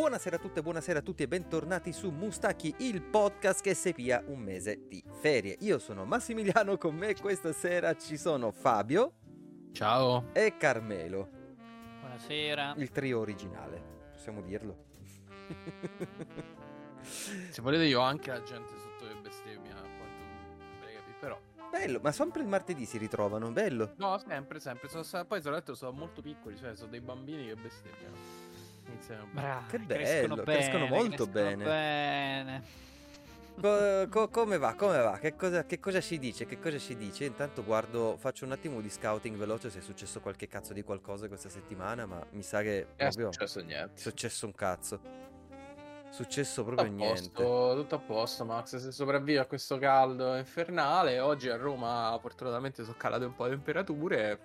Buonasera a tutte, buonasera a tutti e bentornati su Mustacchi, il podcast che si pia un mese di ferie. Io sono Massimiliano, con me questa sera ci sono Fabio. Ciao. E Carmelo. Buonasera. Il trio originale, possiamo dirlo. Se volete io ho anche la gente sotto che bestemmia quanto però bello, ma sempre il martedì si ritrovano, bello. no, sempre poi tra l'altro sono molto piccoli, cioè sono dei bambini che bestemmiano. Bravo, che bello, crescono molto bene. Come va? Che cosa ci dice? Intanto faccio un attimo di scouting veloce se è successo qualche cazzo di qualcosa questa settimana, ma mi sa che proprio è successo niente. È successo un cazzo. Successo proprio niente. Tutto a posto, Max. Se sopravvive a questo caldo infernale, oggi a Roma fortunatamente sono calate un po' le temperature.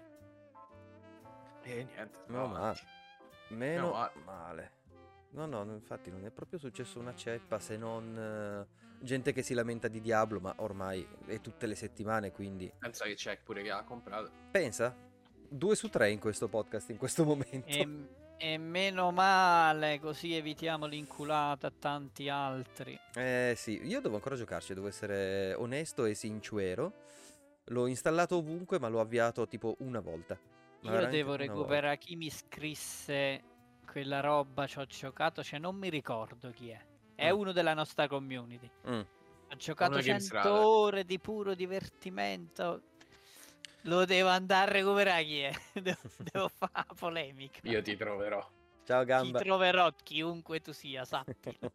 E niente. Meno male. No, infatti non è proprio successo una ceppa, se non gente che si lamenta di Diablo, ma ormai è tutte le settimane, quindi... Pensa che c'è pure che ha comprato. Pensa? 2 su 3 in questo podcast in questo momento. E meno male, così evitiamo l'inculata a tanti altri. Sì, io devo ancora giocarci, devo essere onesto e sincero. L'ho installato ovunque, ma l'ho avviato tipo una volta. Io devo recuperare chi mi scrisse quella roba, ci ho giocato, cioè non mi ricordo chi è. È uno della nostra community. Ho giocato 100 ore di puro divertimento. Lo devo andare a recuperare chi è. Devo fare polemica. Io ti troverò. Ciao Gamba. Ti troverò chiunque tu sia, sappilo.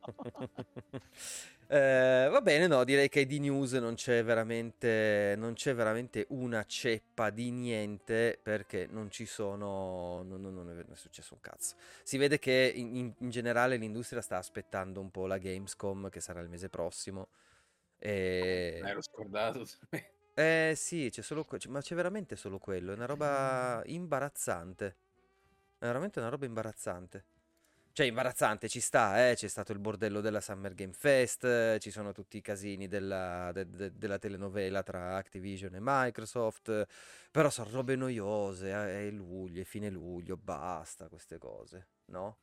Va bene, no, direi che di news non c'è veramente una ceppa di niente, perché non ci sono, non è successo un cazzo. Si vede che in generale l'industria sta aspettando un po' la Gamescom, che sarà il mese prossimo. Me l'ero scordato. Sì, ma c'è veramente solo quello, è una roba imbarazzante. È veramente una roba imbarazzante. Cioè, imbarazzante, ci sta, c'è stato il bordello della Summer Game Fest, ci sono tutti i casini della telenovela tra Activision e Microsoft, però sono robe noiose, è luglio, è fine luglio, basta queste cose, no?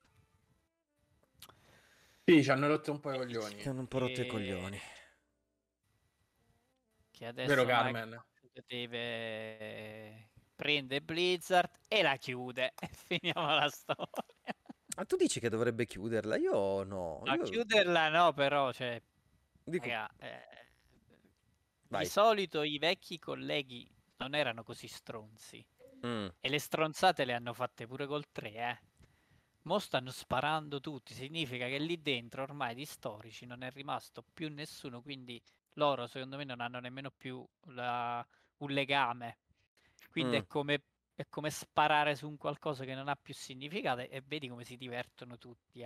Sì, ci hanno rotto un po' i coglioni. Ci hanno un po' rotto i coglioni. Che adesso vero, Carmen? Deve prende Blizzard e la chiude e finiamo la storia. Ma tu dici che dovrebbe chiuderla? Io no. Chiuderla no, però, cioè, dico... raga, di solito i vecchi colleghi non erano così stronzi. E le stronzate le hanno fatte pure col 3, Mo stanno sparando tutti, significa che lì dentro ormai di storici non è rimasto più nessuno, quindi loro secondo me non hanno nemmeno più un legame. Quindi è come sparare su un qualcosa che non ha più significato, e vedi come si divertono tutti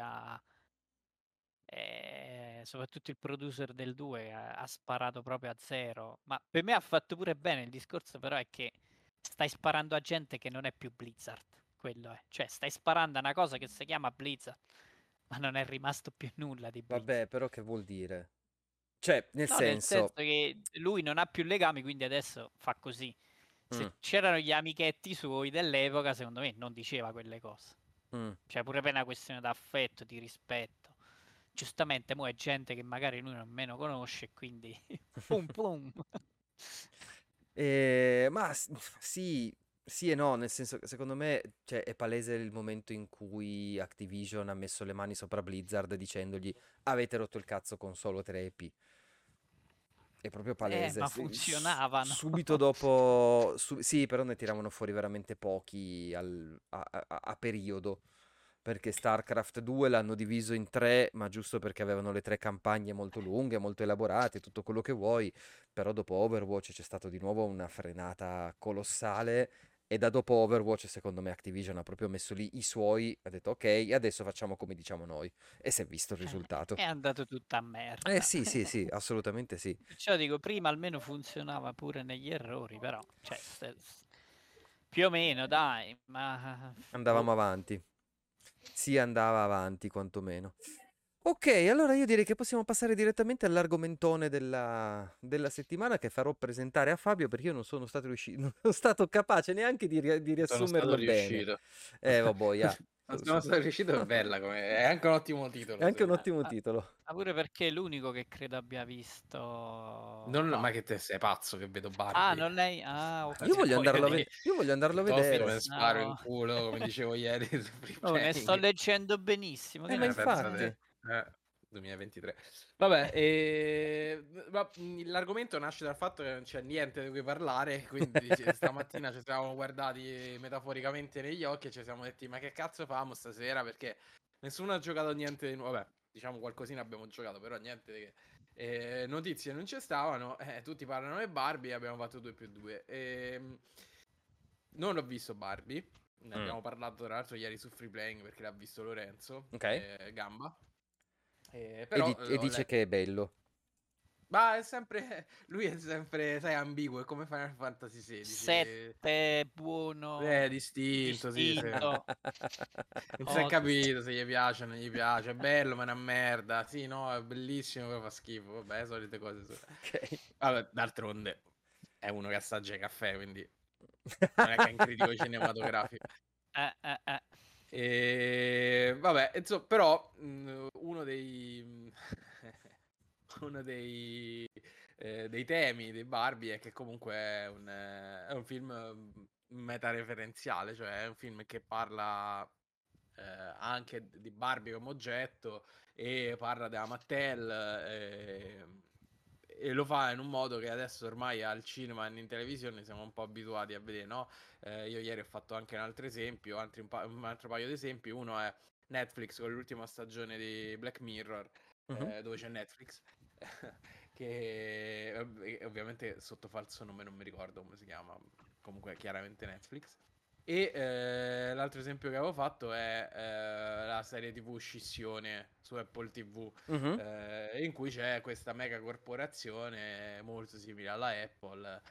soprattutto il producer del 2 ha sparato proprio a zero. Ma per me ha fatto pure bene, il discorso però è che stai sparando a gente che non è più Blizzard. Quello è, cioè stai sparando a una cosa che si chiama Blizzard, ma non è rimasto più nulla di Blizzard. Vabbè, però che vuol dire? Cioè, nel senso che lui non ha più legami, quindi adesso fa così. Se c'erano gli amichetti suoi dell'epoca, secondo me non diceva quelle cose. Cioè, pure per una questione d'affetto, di rispetto. Giustamente, mo' è gente che magari lui nemmeno conosce, quindi pum pum. Ma sì e no, nel senso che secondo me, cioè, è palese il momento in cui Activision ha messo le mani sopra Blizzard dicendogli: avete rotto il cazzo con solo 3EP. È proprio palese. Ma funzionavano. Subito dopo... sì, però ne tiravano fuori veramente pochi a periodo. Perché StarCraft 2 l'hanno diviso in 3, ma giusto perché avevano le 3 campagne molto lunghe, molto elaborate, tutto quello che vuoi. Però dopo Overwatch c'è stato di nuovo una frenata colossale. E da dopo Overwatch, secondo me, Activision ha proprio messo lì i suoi, ha detto ok, adesso facciamo come diciamo noi. E si è visto il risultato. È andato tutta a merda. Sì, assolutamente sì. Perciò dico, prima almeno funzionava pure negli errori, però, cioè, più o meno, dai, ma... Andavamo avanti. Si andava avanti, quantomeno. Ok, allora io direi che possiamo passare direttamente all'argomentone della settimana, che farò presentare a Fabio, perché io non sono stato riuscito, non sono stato capace neanche di riassumerlo bene. Vabbè, Sono stato riuscito, è bella, è anche un ottimo titolo. È anche un ottimo titolo. Ma pure perché è l'unico che credo abbia visto. Ma che te sei pazzo che vedo Barbie? Ah, non lei. Ah, ok. Io voglio andarlo a vedere. Me sparo in culo, come dicevo ieri. Oh, ne sto leggendo benissimo. Ma infatti. 2023. Vabbè, l'argomento nasce dal fatto che non c'è niente di cui parlare, quindi stamattina ci siamo guardati metaforicamente negli occhi e ci siamo detti ma che cazzo famo stasera, perché nessuno ha giocato niente di nuovo. Vabbè, diciamo qualcosina abbiamo giocato, però niente che... notizie non ci stavano, tutti parlano di Barbie e abbiamo fatto 2+2. Non ho visto Barbie, ne abbiamo parlato tra l'altro ieri su Free Playing perché l'ha visto Lorenzo, Gamba. Però e dice che è bello. Ma è sempre. Lui è sempre, sai, ambiguo. È come Final Fantasy XVI. 7 buono. Distinto. Sì. Non si è capito se gli piace o non gli piace. È bello, ma è una merda. Sì, no, è bellissimo, però fa schifo. Vabbè, solite cose. Ok. Vabbè, d'altronde è uno che assaggia il caffè, quindi non è che è un critico cinematografico. Vabbè, insomma, però uno dei dei temi dei Barbie è che comunque è un film metareferenziale, cioè è un film che parla anche di Barbie come oggetto e parla della Mattel e lo fa in un modo che adesso ormai al cinema e in televisione siamo un po' abituati a vedere, no? Io ieri ho fatto anche un altro esempio, un altro paio di esempi. Uno è Netflix con l'ultima stagione di Black Mirror, dove c'è Netflix, che ovviamente sotto falso nome non mi ricordo come si chiama, comunque chiaramente Netflix. E l'altro esempio che avevo fatto è la serie TV Scissione su Apple TV, in cui c'è questa mega corporazione molto simile alla Apple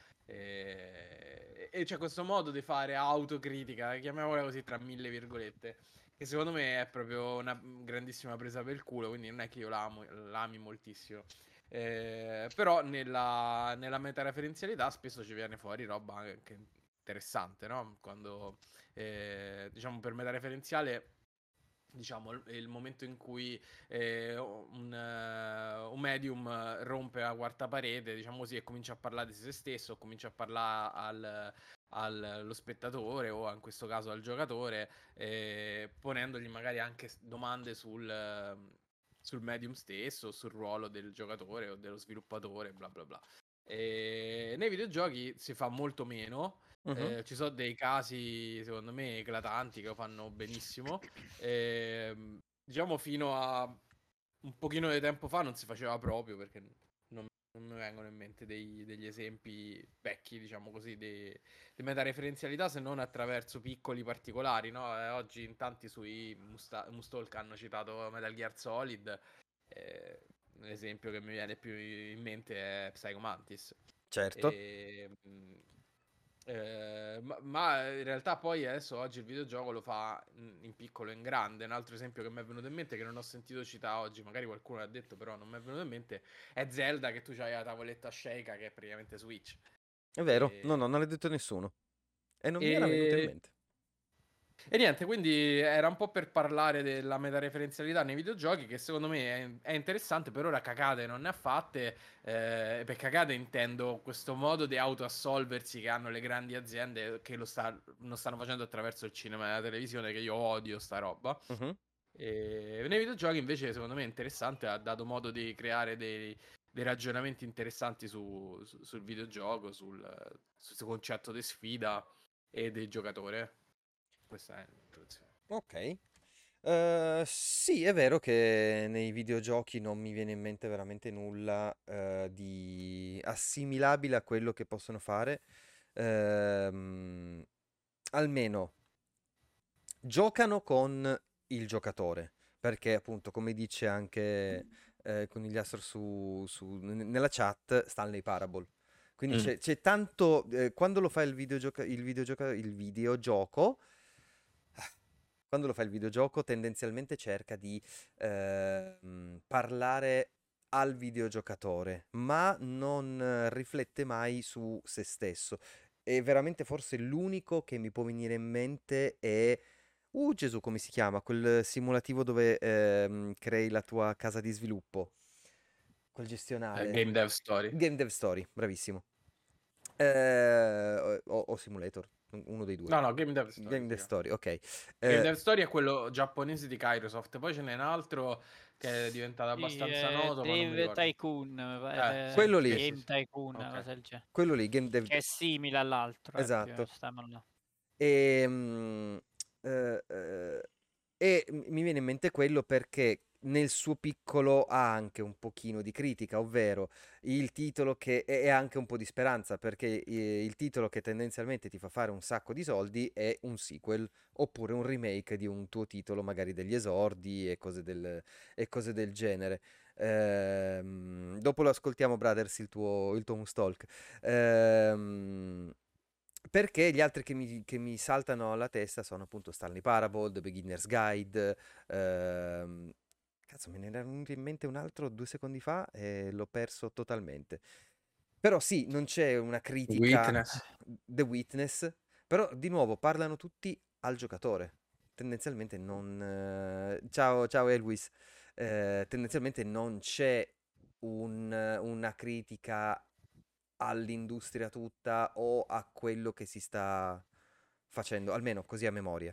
e c'è questo modo di fare autocritica, chiamiamola così tra mille virgolette, che secondo me è proprio una grandissima presa per il culo, quindi non è che io l'ami moltissimo. Però nella metareferenzialità spesso ci viene fuori roba anche interessante, no? Quando diciamo per metareferenziale, diciamo il momento in cui un medium rompe la quarta parete, diciamo così, e comincia a parlare di se stesso, comincia a parlare allo spettatore o in questo caso al giocatore, ponendogli magari anche domande sul medium stesso, sul ruolo del giocatore o dello sviluppatore, bla bla bla. Nei videogiochi si fa molto meno. Ci sono dei casi secondo me eclatanti che lo fanno benissimo. Diciamo fino a un pochino di tempo fa non si faceva proprio, perché non mi vengono in mente degli esempi vecchi, diciamo così, di metareferenzialità, se non attraverso piccoli particolari, no? Oggi in tanti sui Mustalk hanno citato Metal Gear Solid. L'esempio che mi viene più in mente è Psycho Mantis. Certo. Ma in realtà poi adesso oggi il videogioco lo fa in piccolo e in grande. Un altro esempio che mi è venuto in mente, che non ho sentito citare oggi, magari qualcuno l'ha detto però non mi è venuto in mente, è Zelda, che tu c'hai la tavoletta Sheikah che è praticamente Switch. È vero, no, non l'ha detto nessuno e non mi era venuto in mente. E niente, quindi era un po' per parlare della metareferenzialità nei videogiochi, che secondo me è interessante. Per ora cagate non ne ha fatte. Per cagate intendo questo modo di autoassolversi che hanno le grandi aziende, che lo stanno facendo attraverso il cinema e la televisione, che io odio sta roba. E nei videogiochi invece secondo me è interessante, ha dato modo di creare dei ragionamenti interessanti sul videogioco, sul concetto di sfida e del giocatore. Questa è l'introduzione. Ok. Sì, è vero che nei videogiochi non mi viene in mente veramente nulla di assimilabile a quello che possono fare. Almeno giocano con il giocatore, perché appunto, come dice anche Conigliastro nella chat, Stanley Parable. Quindi c'è tanto, quando lo fa il videogioco, quando lo fa il videogioco tendenzialmente cerca di parlare al videogiocatore, ma non riflette mai su se stesso. E veramente forse l'unico che mi può venire in mente è Gesù, come si chiama? Quel simulativo dove crei la tua casa di sviluppo. Quel gestionale. Game Dev Story. Game Dev Story, bravissimo. O Simulator, uno dei due. No, Game Dev Story. Game Dev Story, ok. Game Dev Story è quello giapponese di Kairosoft. Poi ce n'è un altro che è diventato abbastanza noto, ma non mi ricordo. Tycoon, quello lì. Game Tycoon, Ok. cosa del genere. Quello lì, Game Dev... Che è simile all'altro. Esatto. Stiamo là. E mi viene in mente quello perché nel suo piccolo ha anche un pochino di critica, ovvero il titolo che è anche un po' di speranza, perché il titolo che tendenzialmente ti fa fare un sacco di soldi è un sequel oppure un remake di un tuo titolo, magari degli esordi e cose del genere. Dopo lo ascoltiamo, Brothers, il tuo Moonstalk. Perché gli altri che mi saltano alla testa sono appunto Stanley Parable, The Beginner's Guide. Cazzo, me ne era venuto in mente un altro 2 secondi fa e l'ho perso totalmente. Però sì, non c'è una critica. The Witness. Però di nuovo parlano tutti al giocatore. Tendenzialmente non. Ciao Elvis. Tendenzialmente non c'è una critica all'industria tutta o a quello che si sta facendo, almeno così a memoria.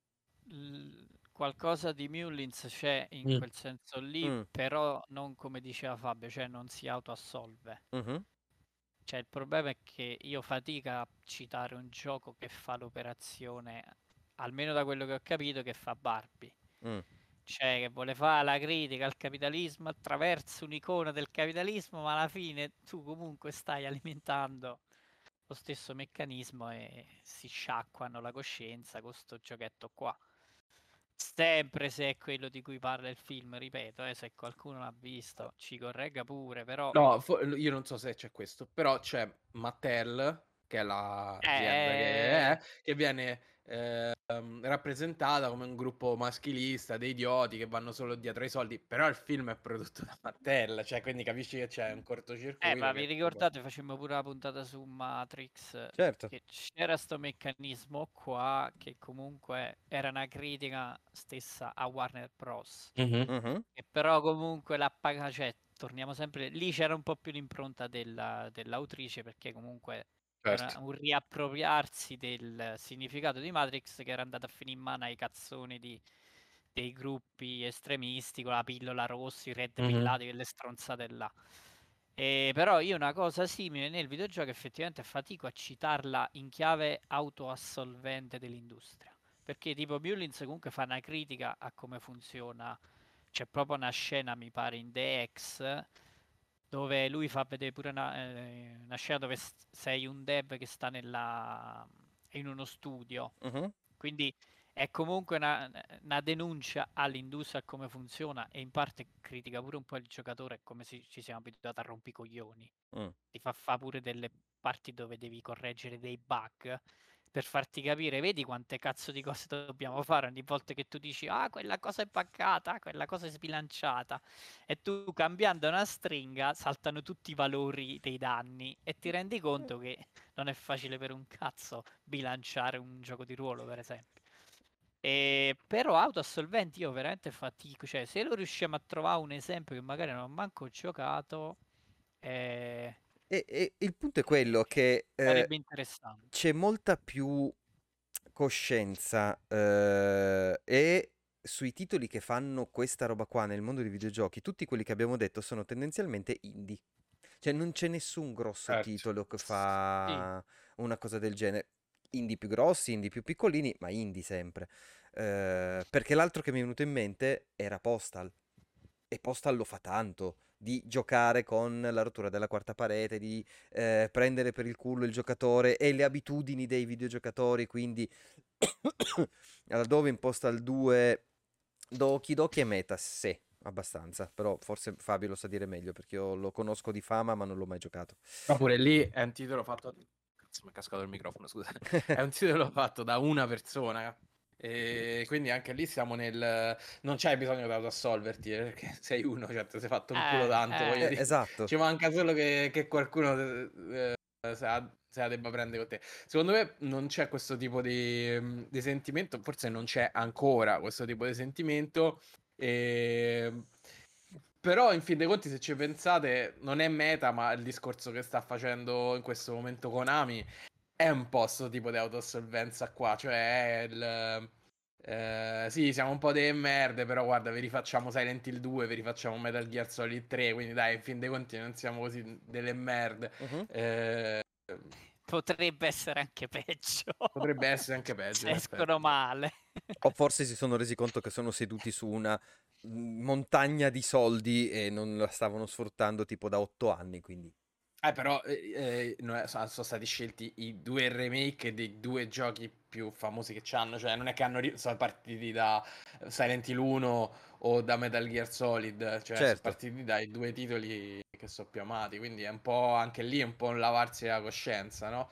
Qualcosa di Mullins c'è in quel senso lì, però non come diceva Fabio, cioè non si autoassolve. Cioè il problema è che io fatica a citare un gioco che fa l'operazione, almeno da quello che ho capito, che fa Barbie. Cioè che vuole fare la critica al capitalismo attraverso un'icona del capitalismo, ma alla fine tu comunque stai alimentando lo stesso meccanismo e si sciacquano la coscienza con sto giochetto qua. Sempre se è quello di cui parla il film, ripeto, se qualcuno l'ha visto ci corregga pure, però... No, io non so se c'è questo, però c'è Mattel, che è l'azienda che viene rappresentata come un gruppo maschilista, dei idioti che vanno solo dietro ai soldi, però il film è prodotto da Mattel, cioè quindi capisci che c'è un cortocircuito. Ma vi ricordate, facemmo pure la puntata su Matrix, certo, che c'era sto meccanismo qua che comunque era una critica stessa a Warner Bros. E però comunque cioè, torniamo sempre, lì c'era un po' più l'impronta dell'autrice, perché comunque era un riappropriarsi del significato di Matrix che era andato a finire in mano ai cazzoni dei gruppi estremisti con la pillola rossa, i red pillati, quelle stronzate là. Però io una cosa simile nel videogioco effettivamente fatico a citarla in chiave autoassolvente dell'industria, perché tipo Mullins comunque fa una critica a come funziona. C'è proprio una scena, mi pare, in The X, dove lui fa vedere pure una scena dove sei un dev che sta in uno studio. Quindi è comunque una denuncia all'industria, a come funziona, e in parte critica pure un po' il giocatore, come ci siamo abituati a rompicoglioni. Ti fa fare pure delle parti dove devi correggere dei bug per farti capire, vedi quante cazzo di cose dobbiamo fare ogni volta che tu dici quella cosa è buggata, quella cosa è sbilanciata, e tu cambiando una stringa saltano tutti i valori dei danni e ti rendi conto che non è facile per un cazzo bilanciare un gioco di ruolo, per esempio. Però autoassolventi io veramente fatico, cioè se lo riusciamo a trovare un esempio che magari non ho manco giocato, e il punto è quello che sarebbe interessante. c'è molta più coscienza e sui titoli che fanno questa roba qua nel mondo dei videogiochi, tutti quelli che abbiamo detto sono tendenzialmente indie. Cioè non c'è nessun grosso titolo che fa una cosa del genere. Indie più grossi, indie più piccolini, ma indie sempre. Perché l'altro che mi è venuto in mente era Postal. E Postal lo fa tanto, di giocare con la rottura della quarta parete, di prendere per il culo il giocatore e le abitudini dei videogiocatori, quindi laddove in Postal 2 Doki Doki è meta, sì, abbastanza, però forse Fabio lo sa dire meglio perché io lo conosco di fama ma non l'ho mai giocato. Ma pure lì è un titolo fatto... Cazzo, mi è cascato il microfono, scusa. È un titolo fatto da una persona. E quindi anche lì siamo nel... Non c'hai bisogno di autoassolverti, perché sei uno, cioè ti sei fatto un culo tanto, voglio dire. Esatto. Ci manca solo che qualcuno se la debba prendere con te. Secondo me non c'è questo tipo di sentimento, forse non c'è ancora questo tipo di sentimento. Però in fin dei conti, se ci pensate, non è meta, ma il discorso che sta facendo in questo momento Konami è un po' sto tipo di autoassolvenza qua, cioè sì, siamo un po' delle merde, però guarda, vi rifacciamo Silent Hill 2, vi rifacciamo Metal Gear Solid 3, quindi dai, in fin dei conti non siamo così delle merde. Potrebbe essere anche peggio. Potrebbe essere anche peggio, Se escono male. O forse si sono resi conto che sono seduti su una montagna di soldi e non la stavano sfruttando tipo da 8 anni, quindi... Però sono stati scelti i 2 remake dei 2 giochi più famosi che c'hanno, cioè non è che sono partiti da Silent Hill 1 o da Metal Gear Solid, cioè sono Certo. partiti dai 2 titoli che sono più amati, quindi è un po' anche lì un po' un lavarsi la coscienza, no?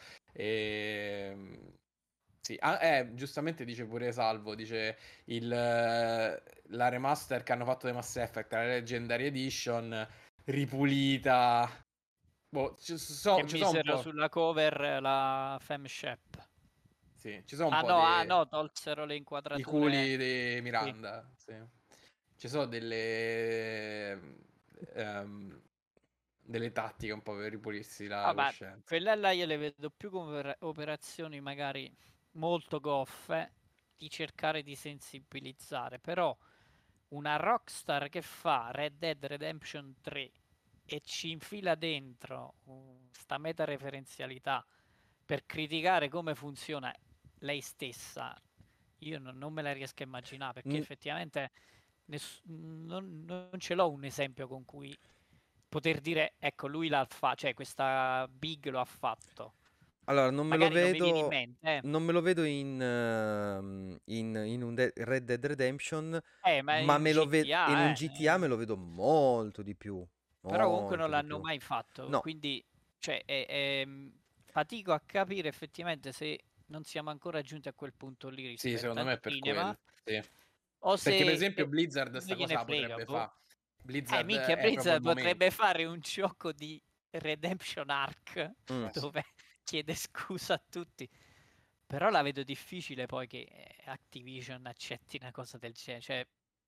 Sì, giustamente dice pure Salvo, dice la remaster che hanno fatto di Mass Effect, la Legendary Edition, ripulita. Boh, Che ci sono un misero po'. sulla cover la Fem Shep. Sì, ci sono un Ah po' no, tolsero le i inquadrature. culi di Sì. Miranda. Sì. Ci sono delle tattiche un po' per ripulirsi la Vabbè, coscienza. quelle là io le vedo più come operazioni magari molto goffe di cercare di sensibilizzare, però una Rockstar che fa Red Dead Redemption 3 e ci infila dentro sta meta referenzialità per criticare come funziona lei stessa, io non me la riesco a immaginare perché Mm, effettivamente non ce l'ho un esempio con cui poter dire ecco lui l'ha fatto, cioè questa Big lo ha fatto. Allora, Magari non mi viene in mente. non me lo vedo in un Red Dead Redemption, Ma ma in in un GTA, GTA me lo vedo molto di più. però comunque non Molto di l'hanno più. mai fatto, No, quindi cioè, fatico a capire effettivamente se non siamo ancora giunti a quel punto lì Sì, rispetto secondo al me è per cinema, quello. Sì. o Perché per se esempio Blizzard non sta gliene cosa la frega, potrebbe boh. fare. Blizzard Minchia, è proprio Blizzard il momento. potrebbe fare un gioco di Redemption Arc mm. Sì. dove chiede scusa a tutti. Però la vedo difficile poi che Activision accetti una cosa del genere. Cioè,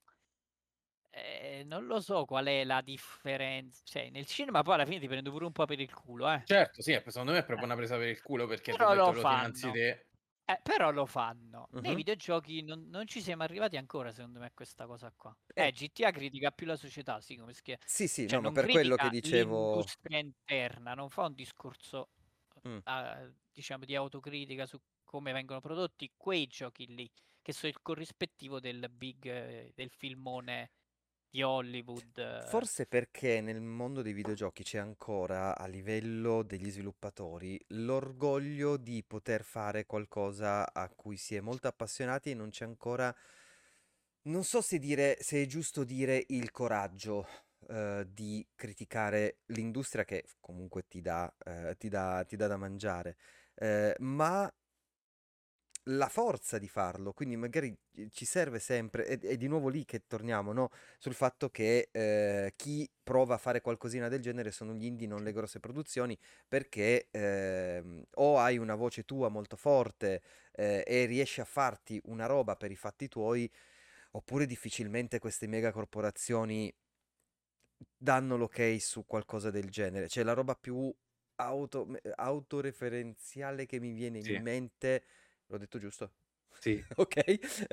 non lo so qual è la differenza. Cioè, nel cinema poi alla fine ti prendo pure un po' per il culo, eh. Certo, sì, secondo me è proprio una presa per il culo perché ti ho Però detto lo lo finanzi fanno. te. Però lo fanno. Nei Mhm. videogiochi non ci siamo arrivati ancora, secondo me, a questa cosa qua. Eh, GTA critica più la società, sì, come schia. sì, sì, Cioè, no, ma non per quello che critica dicevo... l'industria interna, non fa un discorso, Mm. diciamo, di autocritica su come vengono prodotti quei giochi lì, che sono il corrispettivo del big, del filmone di Hollywood. Forse perché nel mondo dei videogiochi c'è ancora a livello degli sviluppatori l'orgoglio di poter fare qualcosa a cui si è molto appassionati e non c'è ancora, non so se dire, se è giusto dire il coraggio di criticare l'industria che comunque ti dà da mangiare, ma la forza di farlo, quindi magari ci serve sempre, è di nuovo lì che torniamo, no? Sul fatto che chi prova a fare qualcosina del genere sono gli indie, non le grosse produzioni, perché o hai una voce tua molto forte e riesci a farti una roba per i fatti tuoi, oppure difficilmente queste mega corporazioni danno l'ok su qualcosa del genere. Cioè la roba più autoreferenziale che mi viene in Sì, mente, l'ho detto giusto? sì. Ok.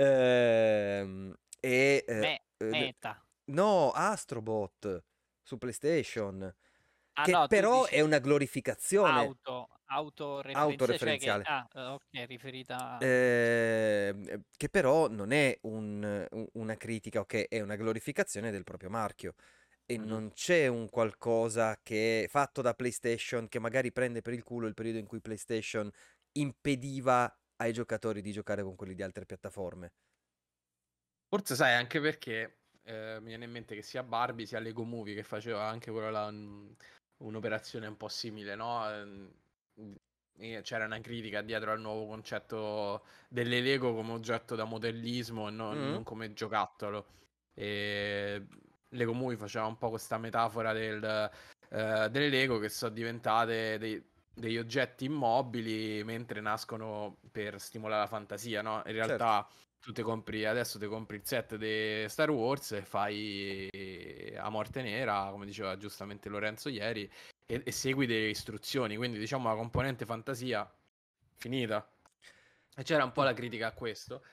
E Meta. no, Astrobot su PlayStation, Ah che no, tu però è dici una glorificazione autoreferenziale, cioè che autoreferenziale. ok, riferita. Che però non è una critica, ok, è una glorificazione del proprio marchio. E Mhm. non c'è un qualcosa che fatto da PlayStation che magari prende per il culo il periodo in cui PlayStation impediva ai giocatori di giocare con quelli di altre piattaforme. Forse sai anche perché mi viene in mente che sia Barbie sia Lego Movie che faceva anche quella là, un'operazione un po' simile, no? C'era una critica dietro al nuovo concetto delle Lego come oggetto da modellismo e Mm? non come giocattolo. E Lego Movie faceva un po' questa metafora delle Lego che sono diventate degli oggetti immobili mentre nascono per stimolare la fantasia, no? In realtà adesso ti compri il set di Star Wars e fai a morte nera, come diceva giustamente Lorenzo ieri, e segui delle istruzioni, quindi diciamo la componente fantasia finita. E c'era un po' la critica a questo.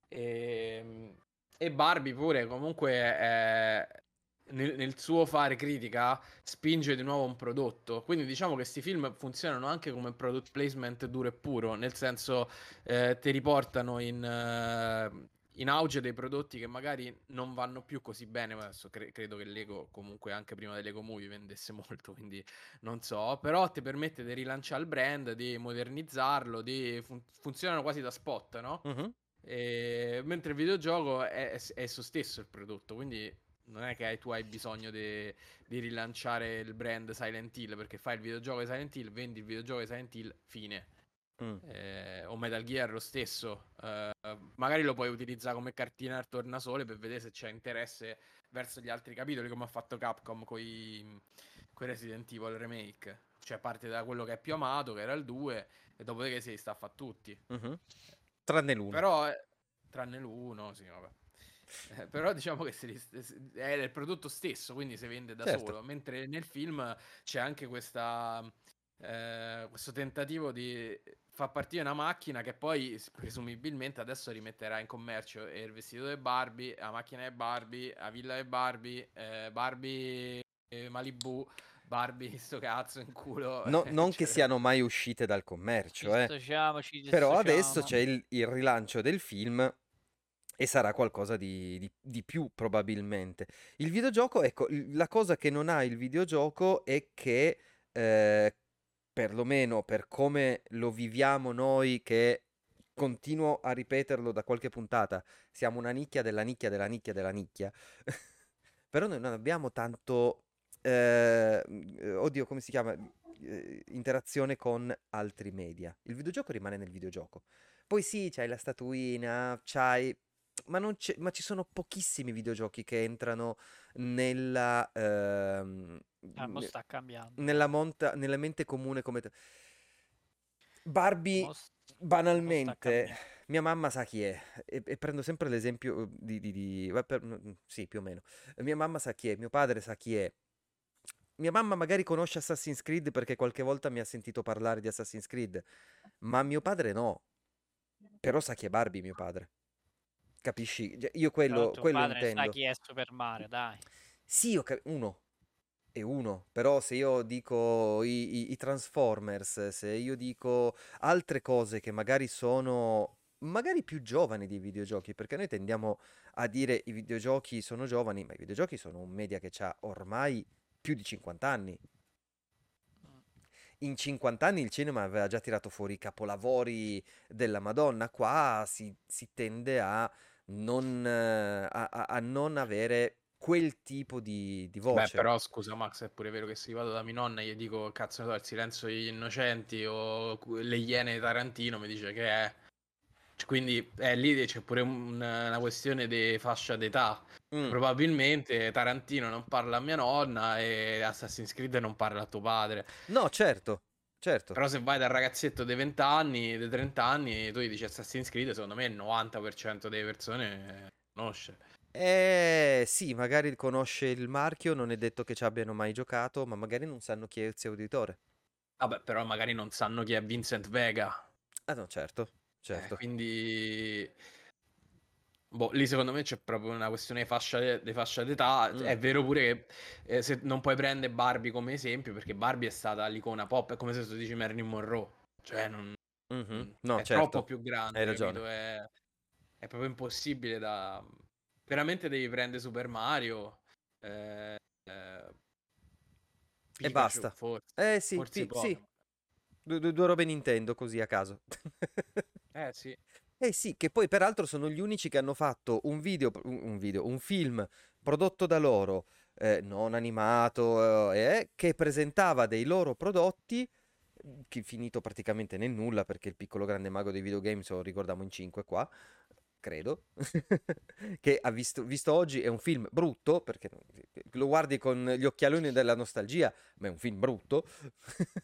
E Barbie pure comunque nel suo fare critica spinge di nuovo un prodotto. Quindi diciamo che questi film funzionano anche come product placement duro e puro, nel senso ti riportano in auge dei prodotti che magari non vanno più così bene. Ma adesso credo che Lego comunque anche prima dell'Ego Movie vendesse molto, quindi non so, però ti permette di rilanciare il brand, di modernizzarlo, funzionano quasi da spot, no? Mhm. Mentre il videogioco è esso stesso il prodotto, quindi non è che tu hai bisogno di rilanciare il brand Silent Hill, perché fai il videogioco di Silent Hill, vendi il videogioco di Silent Hill, fine. O Metal Gear lo stesso, magari lo puoi utilizzare come cartina al tornasole per vedere se c'è interesse verso gli altri capitoli, come ha fatto Capcom con Resident Evil Remake. Cioè parte da quello che è più amato, che era il 2, e dopodiché si sta a fare tutti. Mhm. Tranne l'1. Però, tranne l'1, sì, vabbè. Però diciamo che è il prodotto stesso, quindi si vende da Certo. solo. Mentre nel film c'è anche questo tentativo di far partire una macchina che poi presumibilmente adesso rimetterà in commercio il vestito di Barbie, la macchina di Barbie, la villa di Barbie, Barbie Malibu, Barbie sto cazzo in culo. Non che siano mai uscite dal commercio, Dissociamoci, però adesso dissociamo. c'è il rilancio del film e sarà qualcosa di più probabilmente. Il videogioco, ecco, la cosa che non ha il videogioco è che, perlomeno per come lo viviamo noi, che continuo a ripeterlo da qualche puntata, siamo una nicchia della nicchia della nicchia della nicchia, però noi non abbiamo tanto, oddio, come si chiama? Interazione con altri media. Il videogioco rimane nel videogioco. Poi sì, c'hai la statuina, ma ci sono pochissimi videogiochi che entrano nella, Mo sta cambiando. nella mente comune come Barbie, Mo sta banalmente, cambiando. mia mamma sa chi è, e prendo sempre l'esempio sì, più o meno. Mia mamma sa chi è, mio padre sa chi è. Mia mamma magari conosce Assassin's Creed perché qualche volta mi ha sentito parlare di Assassin's Creed, ma mio padre no. Però sa chi è Barbie, mio padre. Capisci? Io Però tuo quello padre sa intendo. chi è Super Mario, dai. Sì, uno. È uno. Però se io dico i Transformers, se io dico altre cose che magari sono magari più giovani dei videogiochi, perché noi tendiamo a dire i videogiochi sono giovani, ma i videogiochi sono un media che ha ormai più di 50 anni. In 50 anni il cinema aveva già tirato fuori i capolavori della Madonna. Qua si tende a a non avere quel tipo di Beh, voce. però scusa Max, è pure vero che se io vado da mia nonna e gli dico cazzo ne so, il silenzio degli innocenti o le Iene di Tarantino, mi dice che è. Quindi lì c'è pure una questione di fascia d'età. Probabilmente Tarantino non parla a mia nonna e Assassin's Creed non parla a tuo padre. No, certo. Però se vai dal ragazzetto dei 20 anni, dei 30 anni, tu gli dici Assassin's Creed, secondo me il 90% delle persone conosce. Sì, magari conosce il marchio, non è detto che ci abbiano mai giocato, ma magari non sanno chi è Ezio Auditore. Vabbè, però magari non sanno chi è Vincent Vega. Ah no, certo. Quindi lì secondo me c'è proprio una questione di fascia d'età. È vero pure che se non puoi prendere Barbie come esempio, perché Barbie è stata l'icona pop, è come se tu dici Marilyn Monroe. Cioè, No, è certo. troppo più grande, Hai ragione. capito? È proprio impossibile da. Veramente devi prendere Super Mario. E Pikachu, basta. forse. Sì, Forse sì. Pokémon. Due robe Nintendo così a caso. Sì. Sì, che poi peraltro sono gli unici che hanno fatto un film prodotto da loro, non animato, che presentava dei loro prodotti, che finito praticamente nel nulla, perché il piccolo grande mago dei videogames lo ricordiamo in 5 qua, credo, che ha visto oggi è un film brutto, perché lo guardi con gli occhialoni della nostalgia, ma è un film brutto.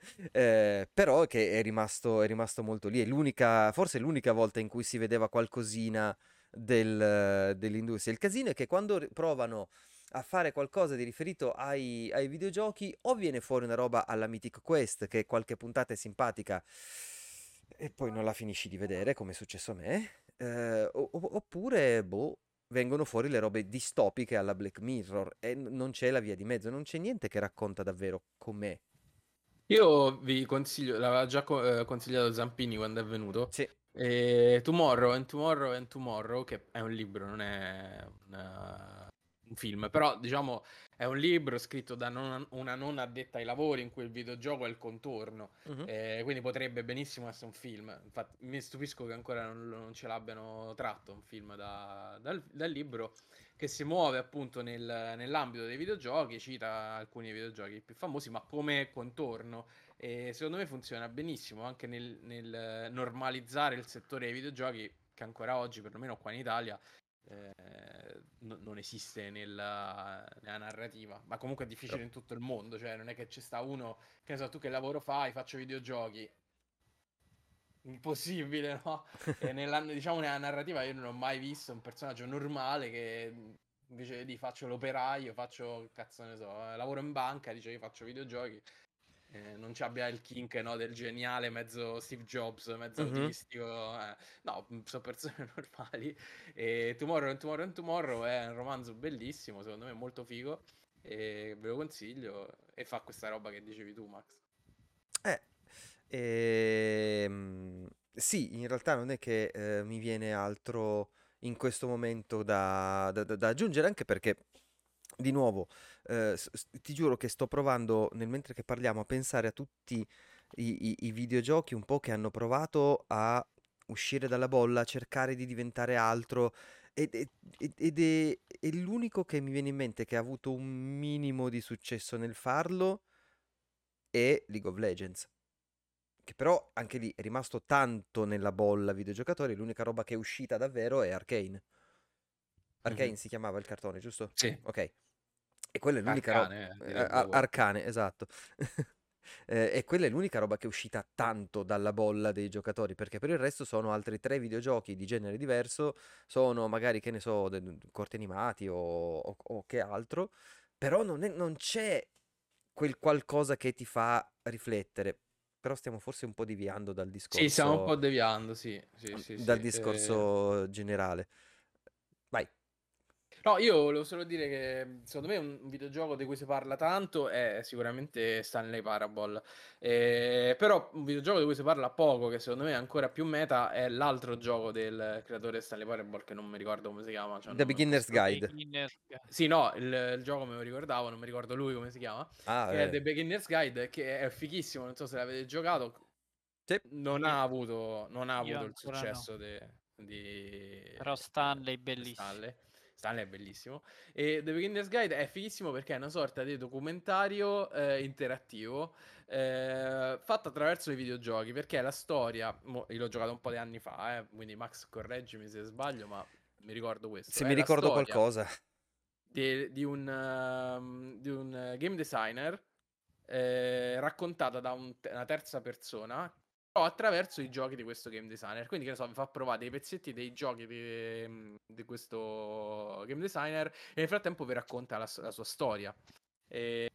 Però che è rimasto molto lì. Forse è l'unica volta in cui si vedeva qualcosina dell'industria. Il casino è che quando provano a fare qualcosa di riferito ai videogiochi, o viene fuori una roba alla Mythic Quest, che qualche puntata è simpatica, e poi non la finisci di vedere, come è successo a me, oppure, boh, vengono fuori le robe distopiche alla Black Mirror, e non c'è la via di mezzo, non c'è niente che racconta davvero com'è. Io vi consiglio, l'aveva già consigliato Zampini quando è venuto. Sì. Tomorrow and Tomorrow and Tomorrow, che è un libro, non è un film, però diciamo è un libro scritto da una non addetta ai lavori in cui il videogioco è il contorno, Mhm. quindi potrebbe benissimo essere un film. Infatti mi stupisco che ancora non ce l'abbiano tratto un film dal libro, che si muove appunto nell'ambito dei videogiochi, cita alcuni videogiochi più famosi, ma come contorno. E secondo me funziona benissimo anche nel normalizzare il settore dei videogiochi, che ancora oggi, perlomeno qua in Italia, non esiste nella narrativa, ma comunque è difficile in tutto il mondo, cioè non è che ci sta uno, che ne so, tu che lavoro fai, faccio videogiochi. Impossibile, no? E diciamo, nella narrativa io non ho mai visto un personaggio normale che invece di faccio l'operaio, faccio, cazzo ne so, lavoro in banca, dice io faccio videogiochi. Non ci abbia il kink, no, del geniale mezzo Steve Jobs, mezzo Mhm. autistico. No, sono persone normali. E Tomorrow and Tomorrow and Tomorrow è un romanzo bellissimo, secondo me molto figo. E ve lo consiglio. E fa questa roba che dicevi tu, Max. Eh, sì, in realtà non è che mi viene altro in questo momento da aggiungere, anche perché, di nuovo, ti giuro che sto provando, nel mentre che parliamo, a pensare a tutti i videogiochi un po' che hanno provato a uscire dalla bolla, a cercare di diventare altro, ed è l'unico che mi viene in mente che ha avuto un minimo di successo nel farlo è League of Legends. Che però anche lì è rimasto tanto nella bolla videogiocatori, l'unica roba che è uscita davvero è Arcane. Arcane si chiamava il cartone, giusto? Sì, Ok. E quella è l'unica roba... direbbe qualcuno. Arcane, esatto. E quella è l'unica roba che è uscita tanto dalla bolla dei giocatori, perché per il resto sono altri tre videogiochi di genere diverso, sono magari, che ne so, corti animati o che altro, però non c'è quel qualcosa che ti fa riflettere. Però stiamo forse un po' deviando Sì, stiamo un po' deviando, sì, dal sì. discorso generale. Vai. No, io volevo solo dire che secondo me un videogioco di cui si parla tanto è sicuramente Stanley Parable. Però un videogioco di cui si parla poco, che secondo me è ancora più meta, è l'altro gioco del creatore di Stanley Parable, che non mi ricordo come si chiama. C'ha un The nome Beginner's questo. Guide. Sì, no, il gioco me lo ricordavo, non mi ricordo lui come si chiama. Ah, Che è The Beginner's Guide, che è fighissimo, non so se l'avete giocato. sì. Non ha avuto Io il ancora no. successo di Però Stanley bellissimo. Stanley. Stanley è bellissimo. E The Beginner's Guide è fighissimo perché è una sorta di documentario interattivo fatto attraverso i videogiochi. Perché la storia, io l'ho giocato un po' di anni fa, quindi Max correggimi se sbaglio, ma mi ricordo questo. Se È mi la ricordo storia qualcosa. di un game designer raccontata da una terza persona, però attraverso i giochi di questo game designer. Quindi, che ne so, vi fa provare dei pezzetti dei giochi di questo game designer e nel frattempo vi racconta la sua storia. E,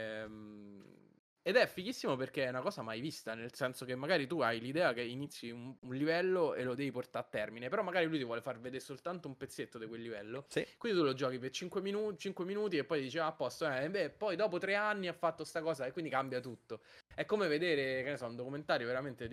ed è fighissimo perché è una cosa mai vista, nel senso che magari tu hai l'idea che inizi un livello e lo devi portare a termine, però magari lui ti vuole far vedere soltanto un pezzetto di quel livello, Sì. quindi tu lo giochi per 5 minuti e poi dici a posto, beh, poi dopo 3 anni ha fatto sta cosa e quindi cambia tutto. È come vedere, che ne so, un documentario veramente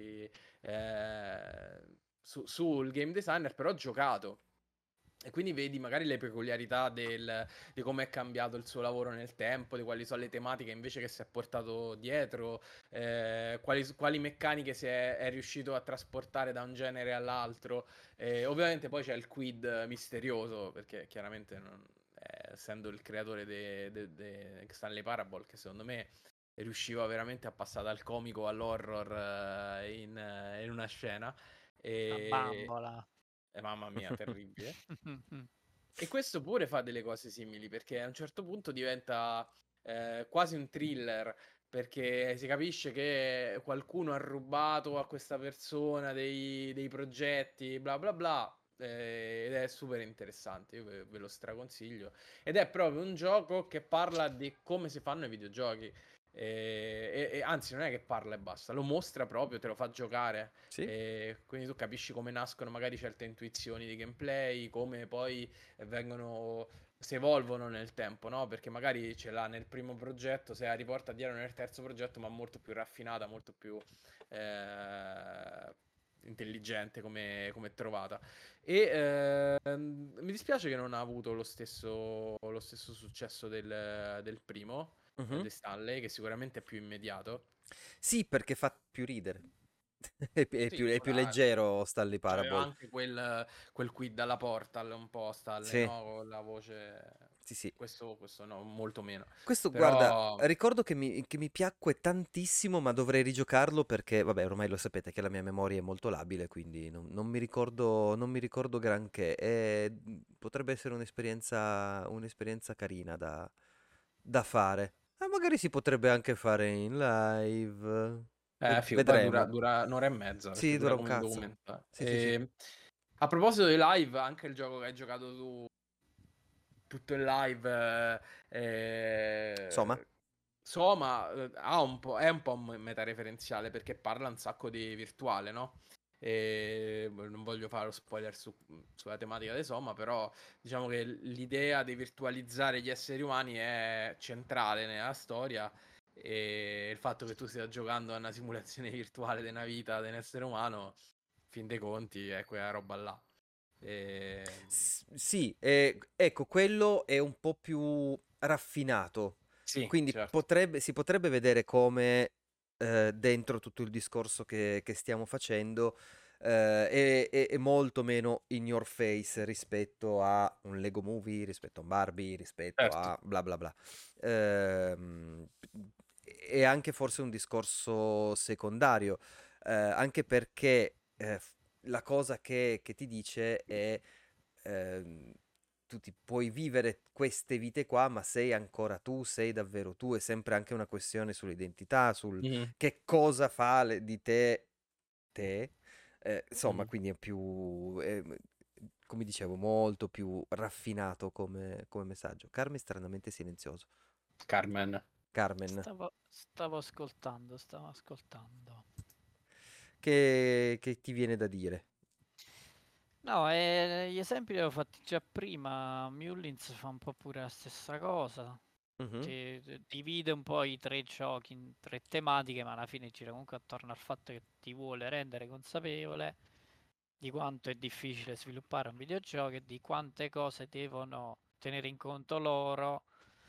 sul game designer, però giocato. E quindi vedi magari le peculiarità di come è cambiato il suo lavoro nel tempo, di quali sono le tematiche invece che si è portato dietro, quali meccaniche è riuscito a trasportare da un genere all'altro. Ovviamente poi c'è il quid misterioso, perché chiaramente essendo il creatore di Stanley Parable, che secondo me riusciva veramente a passare dal comico all'horror in una scena. Una bambola. Mamma mia, terribile. E questo pure fa delle cose simili, perché a un certo punto diventa quasi un thriller, perché si capisce che qualcuno ha rubato a questa persona dei progetti, bla bla bla, ed è super interessante, io ve lo straconsiglio. Ed è proprio un gioco che parla di come si fanno i videogiochi. E anzi, non è che parla e basta, lo mostra proprio, te lo fa giocare. Sì. Quindi tu capisci come nascono magari certe intuizioni di gameplay, come poi vengono, si evolvono nel tempo, no? Perché magari ce l'ha nel primo progetto, se la riporta dietro nel terzo progetto, ma molto più raffinata, molto più intelligente come è trovata. E mi dispiace che non ha avuto lo stesso successo del primo, Mhm. di Stanley, che sicuramente è più immediato. Sì, perché fa più ridere. Sì, È può più darsi. leggero Stanley C'aveva Parable. anche quel qui dalla Portal un po' Stanley, Sì, no? Con la voce. sì, sì. Questo no, molto meno. Questo, guarda, Però. ricordo che mi piacque tantissimo, ma dovrei rigiocarlo perché, vabbè, ormai lo sapete che la mia memoria è molto labile, quindi non mi ricordo granché. E potrebbe essere un'esperienza carina da fare. Magari si potrebbe anche fare in live. Figo, poi dura, Vedremo. dura un'ora e mezza, perché Sì, dura dura un come un cazzo. documentario. Sì, sì, sì. A proposito di live, anche il gioco che hai giocato tu, tutto in live, Insomma. Soma, è un po' metareferenziale perché parla un sacco di virtuale, no? E non voglio fare lo spoiler sulla tematica di Soma, però diciamo che l'idea di virtualizzare gli esseri umani è centrale nella storia, e il fatto che tu stia giocando a una simulazione virtuale di una vita di un essere umano, fin dei conti, è quella roba là. E... Sì, ecco, quello è un po' più raffinato, Sì, quindi certo. si potrebbe vedere come dentro tutto il discorso che stiamo facendo è molto meno in your face rispetto a un Lego Movie, rispetto a un Barbie, rispetto Certo. a bla bla bla. Ehm, è anche forse un discorso secondario, anche perché la cosa che ti dice è ehm, tu ti puoi vivere queste vite qua, ma sei ancora tu, sei davvero tu, è sempre anche una questione sull'identità, sul Mhm, che cosa fa di te te. Insomma, mhm. quindi è più, come dicevo, molto più raffinato come messaggio. Carmen è stranamente silenzioso. Carmen. Carmen, Stavo ascoltando. che ti viene da dire? No, gli esempi li avevo fatti già prima. Mullins fa un po' pure la stessa cosa. Mhm. Divide un po' i tre giochi in tre tematiche, ma alla fine gira comunque attorno al fatto che ti vuole rendere consapevole di quanto è difficile sviluppare un videogioco e di quante cose devono tenere in conto loro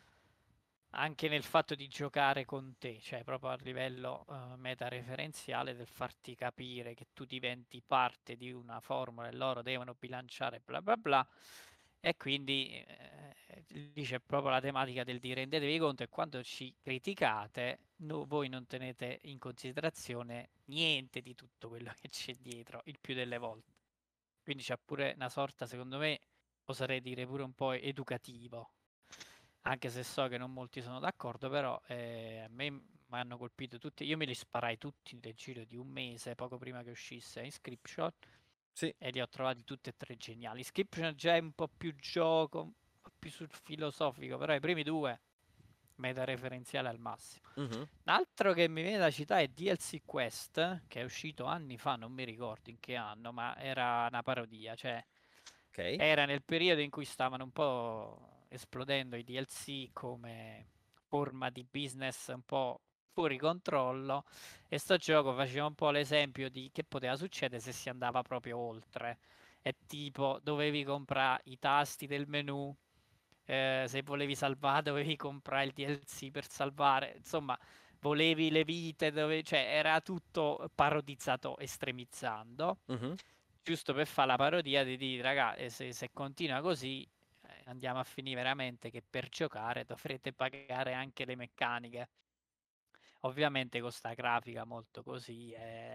anche nel fatto di giocare con te, cioè proprio a livello meta-referenziale del farti capire che tu diventi parte di una formula e loro devono bilanciare bla bla bla. E quindi lì c'è proprio la tematica del di rendetevi conto e quando ci criticate voi non tenete in considerazione niente di tutto quello che c'è dietro, il più delle volte. Quindi c'è pure una sorta, secondo me, oserei dire pure un po' educativo, anche se so che non molti sono d'accordo, però a me mi hanno colpito tutti, io me li sparai tutti nel giro di un mese, poco prima che uscisse Inscription, Sì. e li ho trovati tutti e tre geniali. Inscription già è un po' più gioco, un po' più sul filosofico, però i primi due, meta referenziale al massimo. Mhm. Un altro che mi viene da citare è DLC Quest, che è uscito anni fa, non mi ricordo in che anno, ma era una parodia, cioè Ok. era nel periodo in cui stavano un po' esplodendo i DLC come forma di business un po' fuori controllo, e sto gioco faceva un po' l'esempio di che poteva succedere se si andava proprio oltre. È tipo dovevi comprare i tasti del menu, se volevi salvare dovevi comprare il DLC per salvare, insomma volevi le vite, cioè era tutto parodizzato estremizzando, Mhm. giusto per fare la parodia di dire, ragazzi, se continua così andiamo a finire veramente che per giocare dovrete pagare anche le meccaniche. Ovviamente con sta grafica molto così,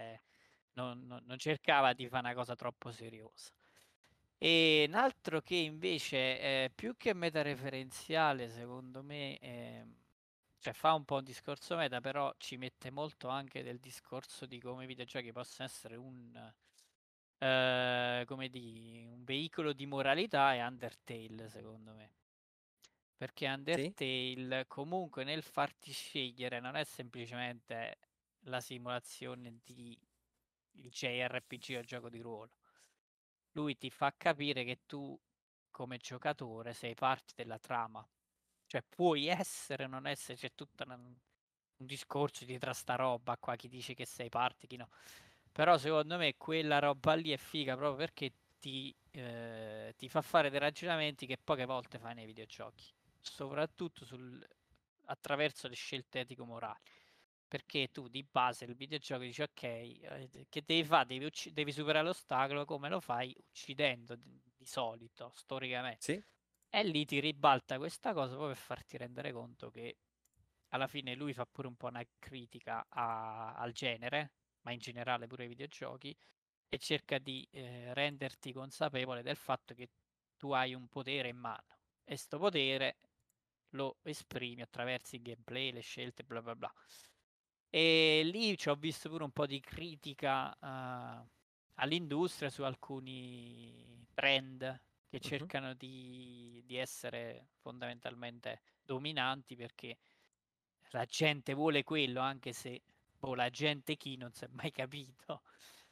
non cercava di fare una cosa troppo seriosa. E un altro che invece più che metareferenziale, secondo me, cioè fa un po' un discorso meta, però ci mette molto anche del discorso di come i videogiochi possono essere un veicolo di moralità è Undertale, secondo me. Perché Undertale comunque nel farti scegliere non è semplicemente la simulazione di il JRPG o gioco di ruolo. Lui ti fa capire che tu come giocatore sei parte della trama. Cioè puoi essere o non essere, c'è tutto un discorso dietro a sta roba qua, chi dice che sei parte, chi no. Però secondo me quella roba lì è figa proprio perché ti fa fare dei ragionamenti che poche volte fai nei videogiochi, soprattutto attraverso le scelte etico-morali. Perché tu di base il videogioco dici ok, che devi fare? Devi superare l'ostacolo, come lo fai? Uccidendo di solito, storicamente. Sì. E lì ti ribalta questa cosa proprio per farti rendere conto che alla fine lui fa pure un po' una critica al genere, ma in generale pure ai videogiochi, e cerca di renderti consapevole del fatto che tu hai un potere in mano e sto potere lo esprimi attraverso il gameplay, le scelte, bla bla bla. E lì ci ho visto pure un po' di critica all'industria su alcuni trend che cercano di essere fondamentalmente dominanti perché la gente vuole quello, anche se la gente chi non si è mai capito.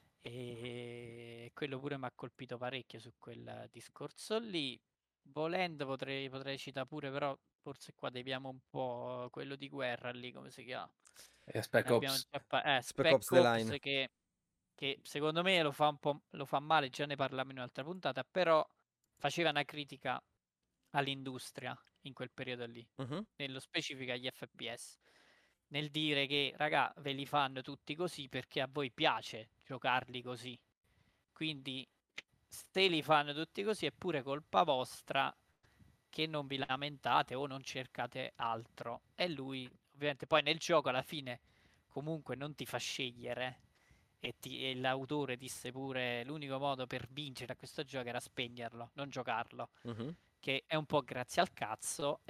E quello pure mi ha colpito parecchio su quel discorso lì. Volendo potrei citare pure, però forse qua deviamo un po' quello di guerra lì, come si chiama? Spec Ops. Spec Ops The Line. Che secondo me lo fa male, già ne parliamo in un'altra puntata, però faceva una critica all'industria in quel periodo lì, nello specifico agli FPS, nel dire che raga ve li fanno tutti così perché a voi piace giocarli così, quindi se li fanno tutti così è pure colpa vostra che non vi lamentate o non cercate altro. E lui ovviamente poi nel gioco alla fine comunque non ti fa scegliere e l'autore disse pure l'unico modo per vincere a questo gioco era spegnerlo, non giocarlo. Che è un po' grazie al cazzo,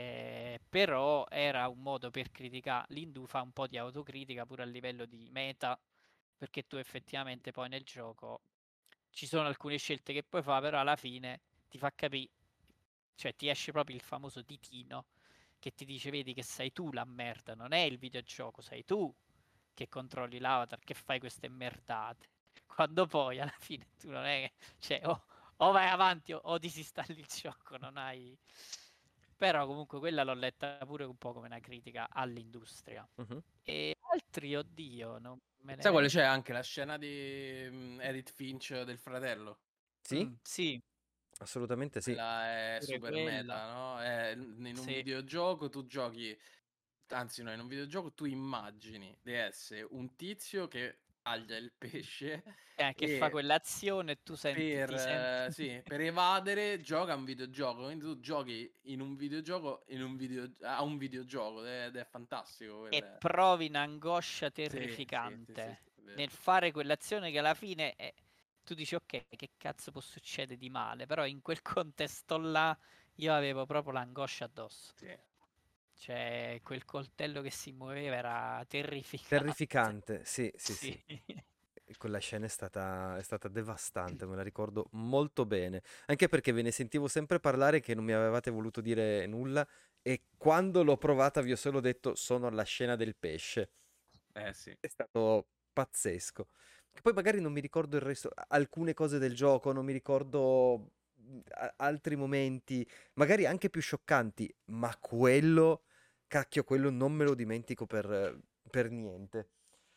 però era un modo per criticare. L'Indu fa un po' di autocritica pure a livello di meta, perché tu effettivamente poi nel gioco ci sono alcune scelte che puoi fare, però alla fine ti fa capire, cioè ti esce proprio il famoso ditino che ti dice vedi che sei tu la merda, non è il videogioco, sei tu che controlli l'avatar, che fai queste merdate. Quando poi alla fine tu non è che, cioè, o vai avanti o disinstalli il gioco, non hai... Però comunque quella l'ho letta pure un po' come una critica all'industria. E altri, oddio, non me ne... Sai quale c'è anche la scena di Edith Finch del fratello? Sì? Sì. Assolutamente sì. Quella è Pure super quella. meta, no? In un videogioco tu giochi, anzi no, in un videogioco tu immagini di essere un tizio che taglia il pesce che fa quell'azione e tu senti per evadere gioca a un videogioco, quindi tu giochi in un videogioco a un videogioco ed è fantastico e provi un'angoscia terrificante nel fare quell'azione che alla fine tu dici ok, che cazzo può succedere di male, però in quel contesto là io avevo proprio l'angoscia addosso. Cioè quel coltello che si muoveva era terrificante, sì. Quella scena è stata devastante, me la ricordo molto bene, anche perché ve ne sentivo sempre parlare che non mi avevate voluto dire nulla e quando l'ho provata vi ho solo detto sono alla scena del pesce. Sì. È stato pazzesco. Che poi magari non mi ricordo il resto, alcune cose del gioco, non mi ricordo altri momenti, magari anche più scioccanti, ma quello, cacchio, quello non me lo dimentico per niente.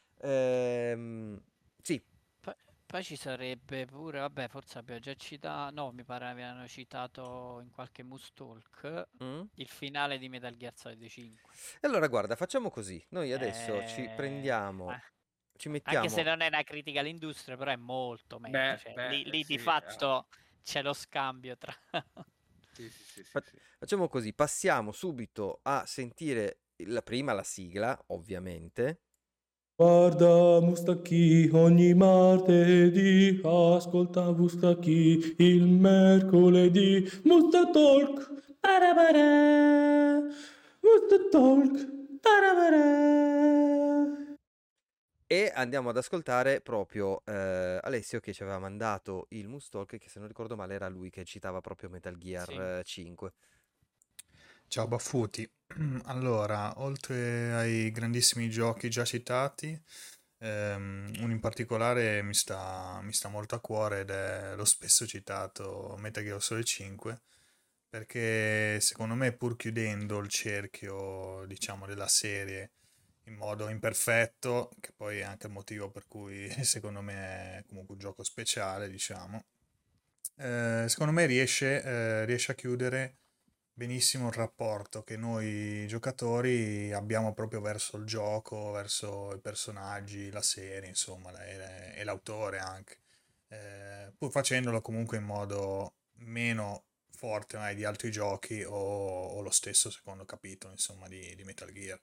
Sì. Poi ci sarebbe pure, vabbè, forse abbiamo già citato, no, mi pare abbiano citato in qualche Moose Talk il finale di Metal Gear Solid 5. E allora guarda, facciamo così, noi adesso ci prendiamo, ci mettiamo... Anche se non è una critica all'industria, però è molto meglio, lì di fatto c'è lo scambio tra... Sì. Facciamo così, passiamo subito a sentire prima la sigla, ovviamente. Guarda Mustacchi ogni martedì, ascolta Mustacchi il mercoledì, Musta Talk, parabara, Musto Talk. Tarabara. E andiamo ad ascoltare proprio Alessio che ci aveva mandato il Mustalk, che se non ricordo male era lui che citava proprio Metal Gear 5. Ciao Baffuti. Allora, oltre ai grandissimi giochi già citati, uno in particolare mi sta molto a cuore ed è lo spesso citato Metal Gear Solid 5, perché secondo me, pur chiudendo il cerchio, diciamo, della serie in modo imperfetto, che poi è anche il motivo per cui secondo me è comunque un gioco speciale, diciamo, secondo me riesce a chiudere benissimo il rapporto che noi giocatori abbiamo proprio verso il gioco, verso i personaggi, la serie, insomma, e l'autore anche. Pur facendolo comunque in modo meno forte magari di altri giochi o lo stesso secondo capitolo, insomma, di Metal Gear.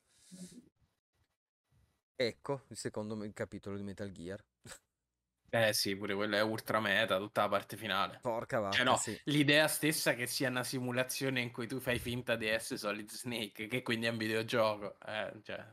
Ecco il secondo capitolo di Metal Gear. Sì, pure quello è ultra meta, tutta la parte finale. Porca vacca, Cioè no, sì. l'idea stessa che sia una simulazione in cui tu fai finta di essere Solid Snake, che quindi è un videogioco. Cioè.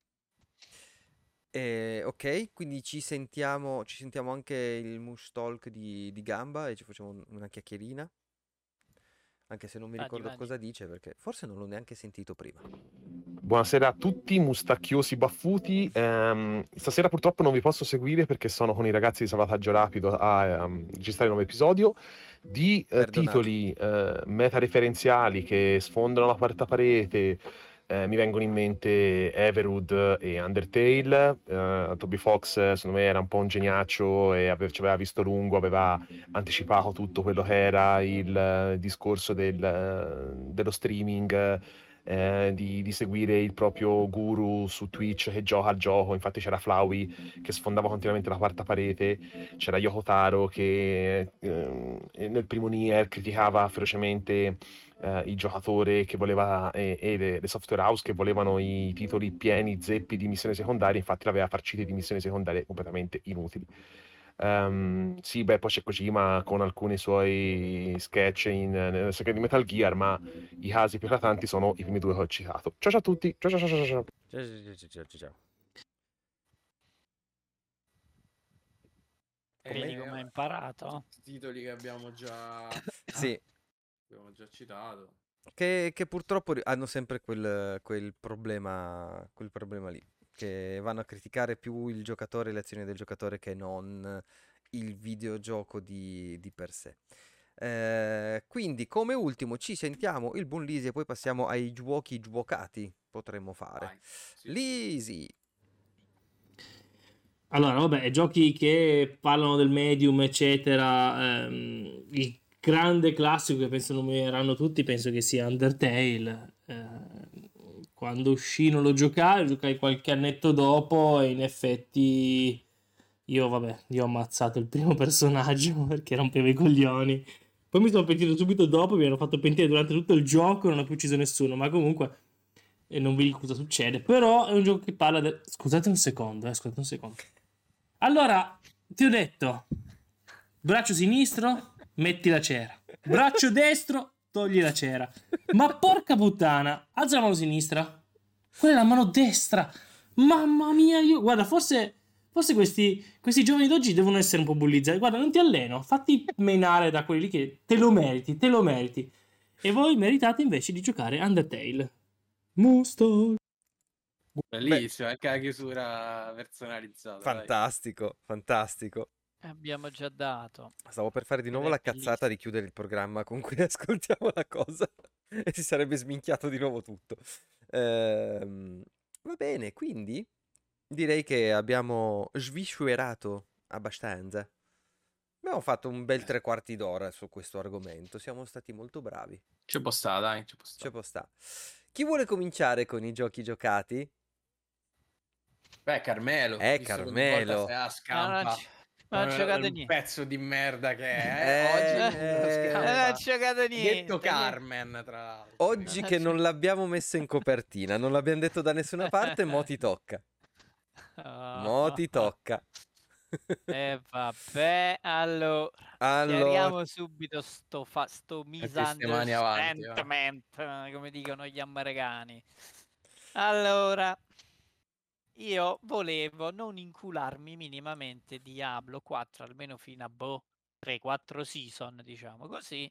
Ok, quindi ci sentiamo anche il Mush Talk di Gamba e ci facciamo una chiacchierina. Anche se non mi ricordo cosa dice, perché forse non l'ho neanche sentito prima. Buonasera a tutti, mustacchiosi baffuti. Stasera purtroppo non vi posso seguire perché sono con i ragazzi di Salvataggio Rapido a registrare un nuovo episodio di titoli metareferenziali che sfondano la quarta parete. Mi vengono in mente Everwood e Undertale. Toby Fox secondo me era un po' un geniaccio e ci aveva visto lungo, aveva anticipato tutto quello che era il discorso dello streaming, di seguire il proprio guru su Twitch che gioca al gioco. Infatti c'era Flowey che sfondava continuamente la quarta parete, c'era Yoko Taro che nel primo Nier criticava ferocemente il giocatore che voleva e le software house che volevano i titoli pieni zeppi di missioni secondarie, infatti l'aveva farciti di missioni secondarie completamente inutili. Sì, beh, poi c'è Kojima con alcuni suoi sketch nella saga di Metal Gear, ma i casi più eclatanti sono i primi due che ho citato. Ciao ciao a tutti, ciao ciao ciao ciao ciao. Ciao. Vedi come hai imparato? Titoli che abbiamo già sì. Abbiamo già citato. Che purtroppo hanno sempre quel problema lì, che vanno a criticare più il giocatore e le azioni del giocatore che non il videogioco di per sé. Quindi come ultimo ci sentiamo il buon Lisi e poi passiamo ai giochi giocati potremmo fare. Sì. Lisi! Allora, vabbè, giochi che parlano del medium, eccetera. Il grande classico che penso nomineranno tutti, penso che sia Undertale. Quando uscì non lo giocai qualche annetto dopo e in effetti io ho ammazzato il primo personaggio perché rompeva i coglioni. Poi mi sono pentito subito dopo, mi hanno fatto pentire durante tutto il gioco, non ho più ucciso nessuno, ma comunque non vi dico cosa succede. Però è un gioco che parla del... Scusate un secondo. Allora, ti ho detto, braccio sinistro, metti la cera. Braccio destro, togli la cera. Ma porca puttana, alza la mano sinistra. Quella è la mano destra. Mamma mia, guarda, forse questi giovani d'oggi devono essere un po' bullizzati. Guarda, non ti alleno, fatti menare da quelli lì che te lo meriti. E voi meritate invece di giocare Undertale. Musto. Bellissimo, anche la chiusura personalizzata. Fantastico. Abbiamo già dato. Stavo per fare di nuovo la cazzata di chiudere il programma con cui ascoltiamo la cosa e si sarebbe sminchiato di nuovo tutto. Va bene, quindi direi che abbiamo sviscerato abbastanza. Abbiamo fatto un bel 3/4 d'ora su questo argomento, siamo stati molto bravi. Ci può stare, dai, ci può stare. Chi vuole cominciare con i giochi giocati? Beh, Carmelo. Carmelo. Non ho giocato niente. Un pezzo di merda che è. Non ho giocato niente. Detto Carmen, tra l'altro. Oggi che non l'abbiamo messo in copertina, non l'abbiamo detto da nessuna parte, mo ti tocca. Mo ti tocca. E vabbè, allora chiariamo subito sto misunderstandment, come dicono gli americani. Allora, io volevo non incularmi minimamente Diablo 4, almeno fino a 3-4 season, diciamo così,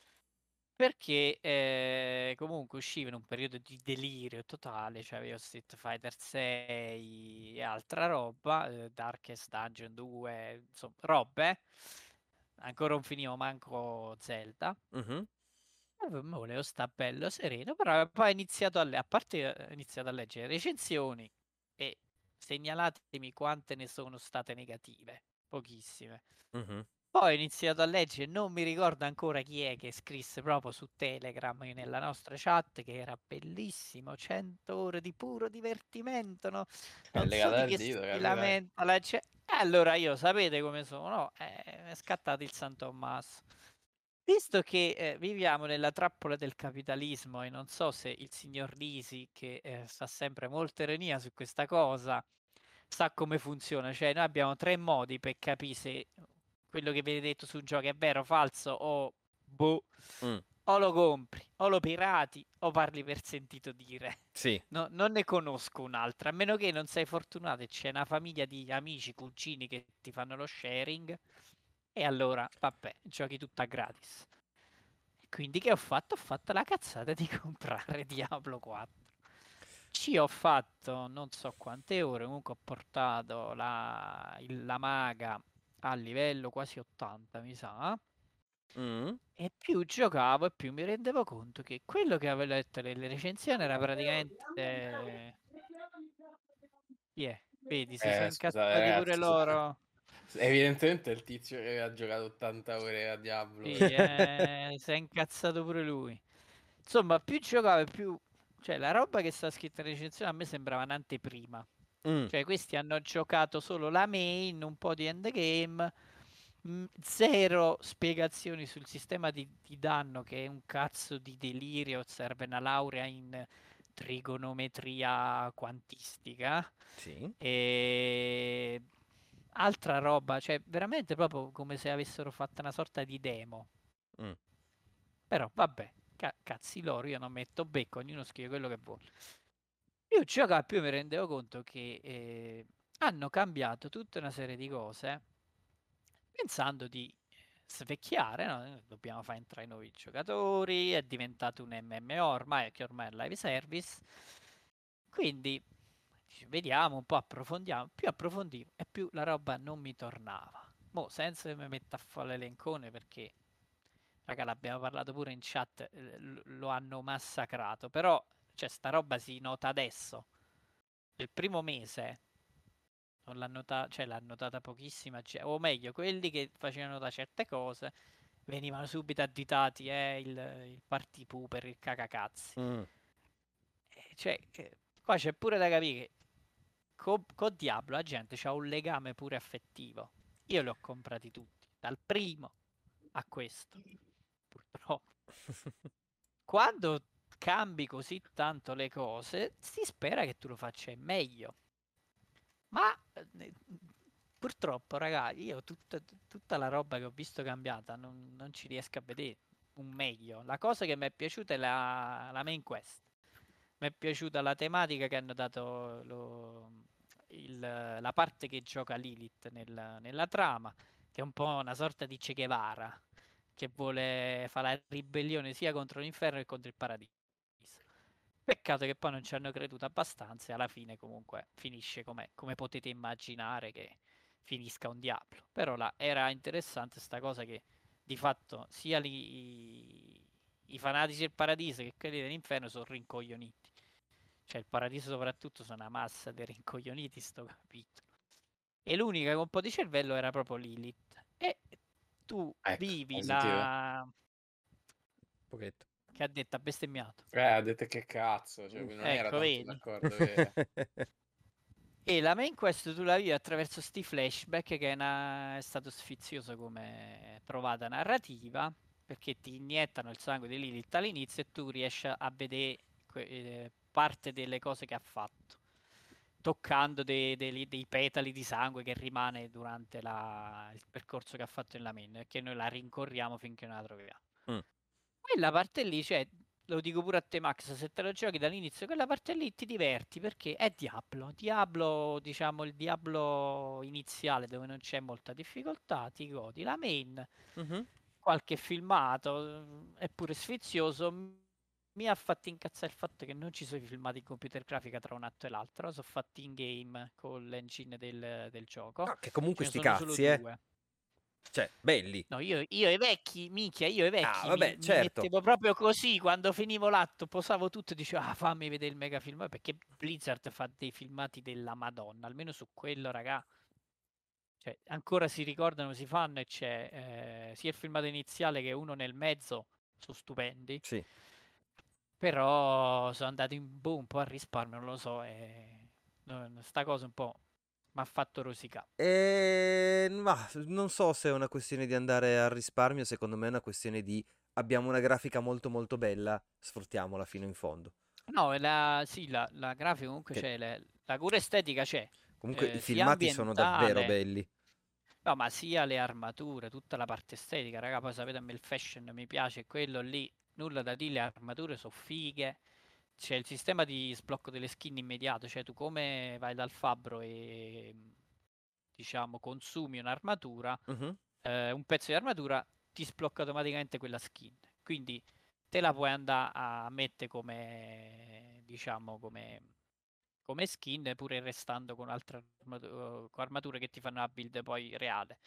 perché comunque usciva in un periodo di delirio totale, cioè avevo Street Fighter 6 e altra roba, Darkest Dungeon 2, insomma, robe. Ancora non finivo manco Zelda. Volevo sta bello sereno, però poi ho iniziato a parte ho iniziato a leggere recensioni e segnalatemi quante ne sono state negative, pochissime. Poi ho iniziato a leggere, non mi ricordo ancora chi è che scrisse proprio su Telegram nella nostra chat che era bellissimo, 100 ore di puro divertimento, no? Non so di che si lamenta allora io sapete come sono, è scattato il San Tommaso. Visto che viviamo nella trappola del capitalismo e non so se il signor Risi, che sta sempre molto ironia su questa cosa, sa come funziona, cioè noi abbiamo 3 modi per capire se quello che viene detto su un gioco è vero, falso o boh. O lo compri, o lo pirati, o parli per sentito dire. Sì. No, non ne conosco un'altra, a meno che non sei fortunato e c'è una famiglia di amici, cugini che ti fanno lo sharing. E allora, vabbè, giochi tutta gratis. Quindi che ho fatto? Ho fatto la cazzata di comprare Diablo 4. Ci ho fatto non so quante ore, comunque ho portato la maga a livello quasi 80, mi sa. E più giocavo e più mi rendevo conto che quello che avevo letto nelle recensioni era praticamente... Vedi, si sono incazzati pure loro. Evidentemente il tizio che aveva giocato 80 ore a Diablo. Sì, si è incazzato pure lui. Insomma, più giocavo e più... Cioè, la roba che sta scritta in recensione a me sembrava un'anteprima. Cioè, questi hanno giocato solo la main, un po' di endgame, zero spiegazioni sul sistema di danno, che è un cazzo di delirio, serve una laurea in trigonometria quantistica. Sì. E altra roba, cioè veramente proprio come se avessero fatto una sorta di demo. Però vabbè, cazzi loro, io non metto becco, ognuno scrive quello che vuole. Più giocavo più mi rendevo conto che hanno cambiato tutta una serie di cose pensando di svecchiare, no? Dobbiamo far entrare nuovi giocatori, è diventato un MMO ormai, che ormai è live service. Quindi vediamo un po', approfondiamo. Più approfondivo e più la roba non mi tornava. Mo' senza che mi metta a fare l'elencone perché, raga, l'abbiamo parlato pure in chat, lo hanno massacrato. Però, cioè, sta roba si nota adesso. Il primo mese non l'hanno notata, cioè l'hanno notata pochissima, o meglio, quelli che facevano da certe cose venivano subito additati, il party pooper, il cacacazzi. Cioè, qua c'è pure da capire che con Diablo la gente ha un legame pure affettivo. Io li ho comprati tutti, dal primo a questo. Purtroppo. Quando cambi così tanto le cose, si spera che tu lo faccia in meglio. Ma purtroppo, ragazzi, io tutta la roba che ho visto cambiata non ci riesco a vedere un meglio. La cosa che mi è piaciuta è la main quest. Mi è piaciuta la tematica che hanno dato la parte che gioca Lilith nella trama, che è un po' una sorta di Che Guevara, che vuole fare la ribellione sia contro l'inferno che contro il paradiso. Peccato che poi non ci hanno creduto abbastanza e alla fine comunque finisce come potete immaginare che finisca un Diablo. Però era interessante sta cosa che di fatto sia i fanatici del paradiso che quelli dell'inferno sono rincoglioniti. Cioè il paradiso soprattutto sono una massa di rincoglioniti sto capitolo. E l'unica con un po' di cervello era proprio Lilith. E tu vivi la... Pochetto. Che ha detto, ha bestemmiato. Ha detto che cazzo, cioè, non era tanto vedi. d'accordo. E la main quest tu la vivi attraverso sti flashback che è stato sfizioso come trovata narrativa, perché ti iniettano il sangue di Lilith all'inizio e tu riesci a vedere parte delle cose che ha fatto. toccando dei petali di sangue che rimane durante il percorso che ha fatto nella main, che noi la rincorriamo finché non la troviamo. Quella parte lì, cioè, lo dico pure a te Max, se te lo giochi dall'inizio, quella parte lì ti diverti perché è Diablo, diciamo il Diablo iniziale dove non c'è molta difficoltà, ti godi la main, qualche filmato, è pure sfizioso. Mi ha fatto incazzare il fatto che non ci sono i filmati in computer grafica tra un atto e l'altro, sono fatti in game con l'engine del gioco. No, che comunque ce sti ne sono cazzi, solo 2. Cioè, belli. No, io i vecchi, minchia, vabbè, mi certo. mettevo proprio così, quando finivo l'atto, posavo tutto e dicevo, fammi vedere il mega film, perché Blizzard fa dei filmati della Madonna, almeno su quello, raga. Cioè, ancora si ricordano, si fanno e c'è sia il filmato iniziale che uno nel mezzo, sono stupendi. Sì. Però sono andato un po' a risparmio, non lo so, sta cosa un po' mi ha fatto rosicare. Ma non so se è una questione di andare al risparmio, secondo me è una questione di abbiamo una grafica molto molto bella, sfruttiamola fino in fondo. No, la grafica comunque c'è, la cura estetica c'è. Comunque i filmati sono davvero belli. No, ma sia le armature, tutta la parte estetica, raga, poi sapete a me il fashion mi piace, quello lì, nulla da dire, le armature sono fighe. C'è il sistema di sblocco delle skin immediato, cioè tu come vai dal fabbro e diciamo consumi un'armatura, un pezzo di armatura, ti sblocca automaticamente quella skin. Quindi te la puoi andare a mettere come, diciamo, come skin, pure restando con altre armature che ti fanno la build poi reale.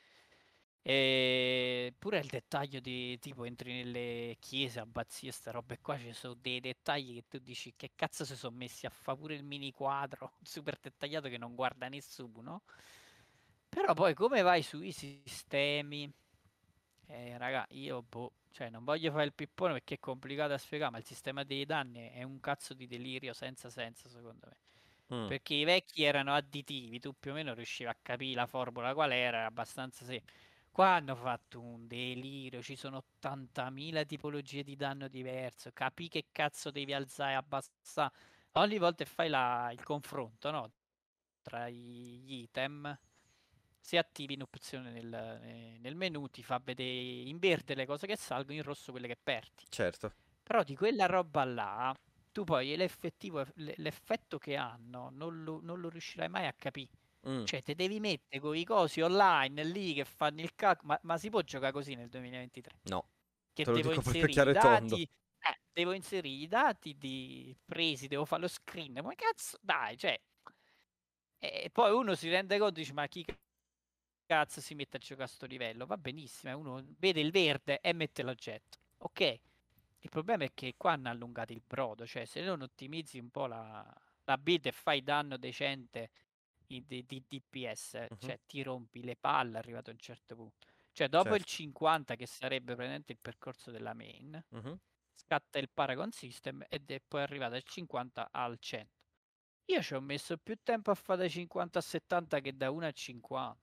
E pure il dettaglio di tipo entri nelle chiese, abbazie, ste robe qua, ci sono dei dettagli che tu dici che cazzo si sono messi a fare pure il mini quadro super dettagliato che non guarda nessuno. Però poi come vai sui sistemi, raga, io cioè non voglio fare il pippone perché è complicato da spiegare, ma il sistema dei danni è un cazzo di delirio senza senso secondo me. Perché i vecchi erano additivi, tu più o meno riuscivi a capire la formula qual era abbastanza semplice. Qua hanno fatto un delirio, ci sono 80.000 tipologie di danno diverso, capi che cazzo devi alzare e abbassare. Ogni volta fai il confronto, no? Tra gli item, se attivi in opzione nel menu ti fa vedere in verde le cose che salgono, in rosso quelle che perdi. Certo. Però di quella roba là, tu poi l'effetto che hanno non lo riuscirai mai a capire. Cioè, te devi mettere con i cosi online lì che fanno il cacchio. Ma si può giocare così nel 2023? No. Che te lo devo dico proprio inserire chiaro i e tondo. dati. Devo inserire i dati presi, devo fare lo screen. Ma cazzo, dai, cioè. E poi uno si rende conto e dice: ma chi cazzo si mette a giocare a sto livello? Va benissimo, uno vede il verde e mette l'oggetto. Ok. Il problema è che qua hanno allungato il brodo, cioè se non ottimizzi un po' la build e fai danno decente di DPS, cioè ti rompi le palle arrivato a un certo punto. Cioè dopo il 50, che sarebbe praticamente il percorso della main, scatta il Paragon System ed è poi arrivato dal 50 al 100. Io ci ho messo più tempo a fare da 50 a 70 che da 1 a 50.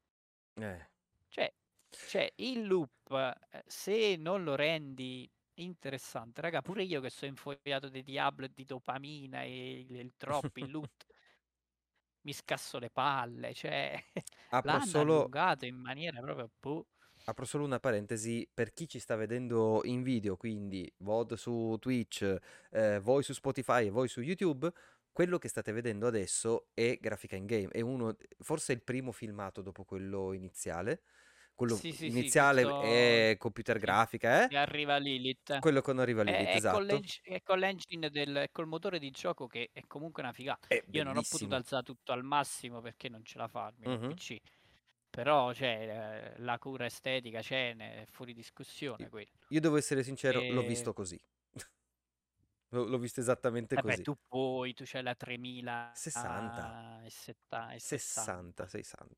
Cioè il loop, se non lo rendi interessante, raga, pure io che sono infogliato di Diablo e di dopamina e il drop, il loot, mi scasso le palle, cioè l'hanno allungato in maniera proprio Apro solo una parentesi, per chi ci sta vedendo in video, quindi VOD su Twitch, voi su Spotify e voi su YouTube, quello che state vedendo adesso è grafica in game, è forse il primo filmato dopo quello iniziale. Quello iniziale è computer grafica, e arriva Lilith. Quello con arriva Lilith, esatto. È con l'engine col motore di gioco che è comunque una figata. Io non ho potuto alzare tutto al massimo perché non ce la fa il mio PC. Però la cura estetica è fuori discussione quello. Io devo essere sincero, l'ho visto così. L'ho visto esattamente così. Tu c'hai la 3060 60.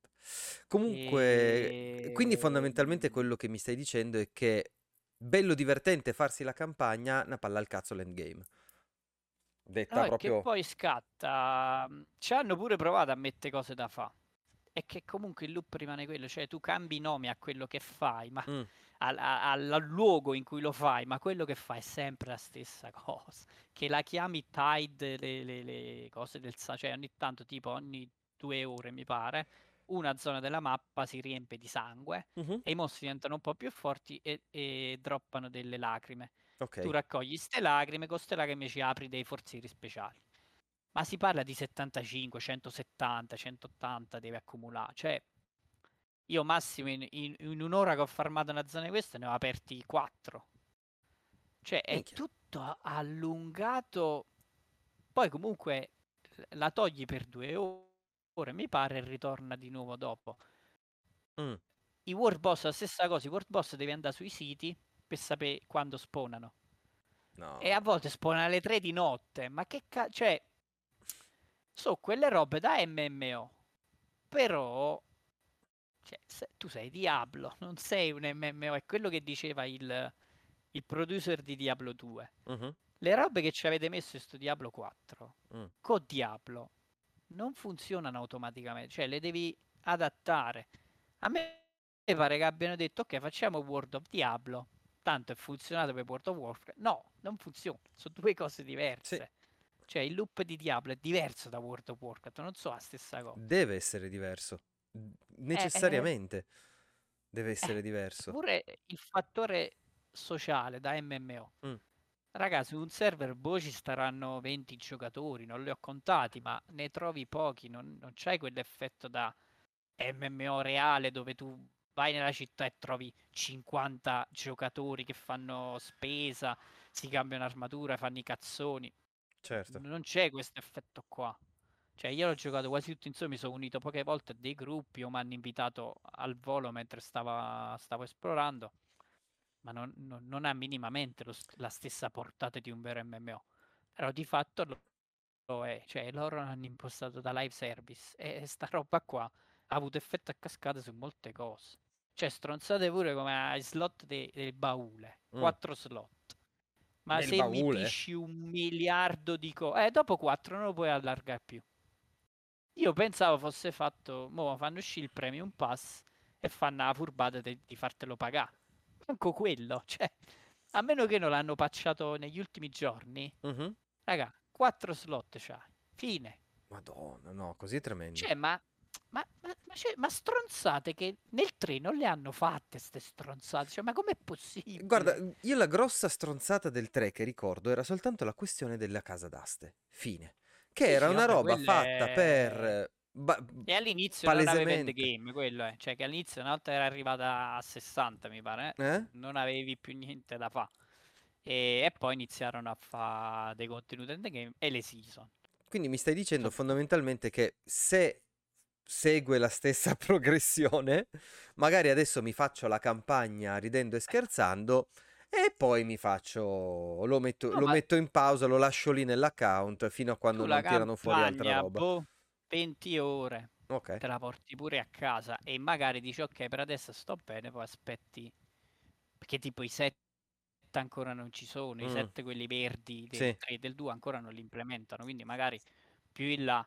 Comunque, quindi fondamentalmente quello che mi stai dicendo è che bello divertente farsi la campagna, una palla al cazzo l'endgame. Detta proprio... che poi scatta. Ci hanno pure provato a mettere cose da fa. E che comunque il loop rimane quello, cioè tu cambi nome a quello che fai, ma al luogo in cui lo fai, ma quello che fai è sempre la stessa cosa. Che la chiami Tide, le cose del cioè ogni tanto, tipo ogni 2 ore mi pare, una zona della mappa si riempie di sangue e i mostri diventano un po' più forti e droppano delle lacrime. Tu raccogli ste lacrime, con ste lacrime ci apri dei forzieri speciali. Ma si parla di 75, 170, 180 devi accumulare. Cioè, io massimo in un'ora che ho farmato una zona di queste ne ho aperti 4. Cioè, è tutto allungato. Poi comunque la togli per 2 ore, mi pare, e ritorna di nuovo dopo. I World Boss, la stessa cosa. I World Boss devi andare sui siti per sapere quando spawnano. No. E a volte spawnano alle 3 di notte. Ma che cazzo... Cioè, so quelle robe da MMO. Però... Cioè, tu sei Diablo, non sei un MMO. È quello che diceva il producer di Diablo 2. Le robe che ci avete messo in sto Diablo 4 con Diablo non funzionano automaticamente, cioè le devi adattare. A me pare che abbiano detto ok, facciamo World of Diablo, tanto è funzionato per World of Warcraft. No, non funziona, sono 2 cose diverse. Sì. Cioè il loop di Diablo è diverso da World of Warcraft, non so la stessa cosa. Deve essere diverso, necessariamente deve essere diverso. Pure il fattore sociale da MMO. Ragazzi, su un server ci staranno 20 giocatori, non li ho contati, ma ne trovi pochi, non c'hai quell'effetto da MMO reale dove tu vai nella città e trovi 50 giocatori che fanno spesa, si cambiano armatura, fanno i cazzoni. Certo. Non c'è questo effetto qua. Cioè, io l'ho giocato quasi tutto insieme, mi sono unito poche volte a dei gruppi o mi hanno invitato al volo mentre stavo esplorando. Ma non ha minimamente la stessa portata di un vero MMO. Però di fatto lo è. Cioè, loro hanno impostato da live service e sta roba qua ha avuto effetto a cascata su molte cose. Cioè, stronzate pure come ai slot del baule. 4 slot. Ma Nel se baule? mi pisci 1 miliardo di cose... dopo 4 non lo puoi allargare più. Io pensavo fosse fatto... Mo fanno uscire il Premium Pass e fanno la furbata di fartelo pagare. Manco quello, cioè... A meno che non l'hanno patchato negli ultimi giorni. Raga, 4 slot c'hai. Fine. Madonna, no, così è tremendo. Cioè, ma stronzate che nel 3 non le hanno fatte ste stronzate. Cioè, ma com'è possibile? Guarda, io la grossa stronzata del 3 che ricordo era soltanto la questione della casa d'aste. Fine. Che Sì, era sì, una vabbè, roba fatta per... E all'inizio non aveva endgame, quello è. Cioè che all'inizio una volta era arrivata a 60, mi pare, non avevi più niente da fare. E poi iniziarono a fare dei contenuti endgame e le season. Quindi mi stai dicendo fondamentalmente che se segue la stessa progressione, magari adesso mi faccio la campagna ridendo e scherzando e poi mi faccio... lo metto in pausa, lo lascio lì nell'account fino a quando non tirano fuori altra roba. 20 ore. Ok. Te la porti pure a casa e magari dici ok, per adesso sto bene, poi aspetti. Perché tipo i 7 ancora non ci sono, i 7 quelli verdi del 3 e del 2 ancora non li implementano, quindi magari più in là.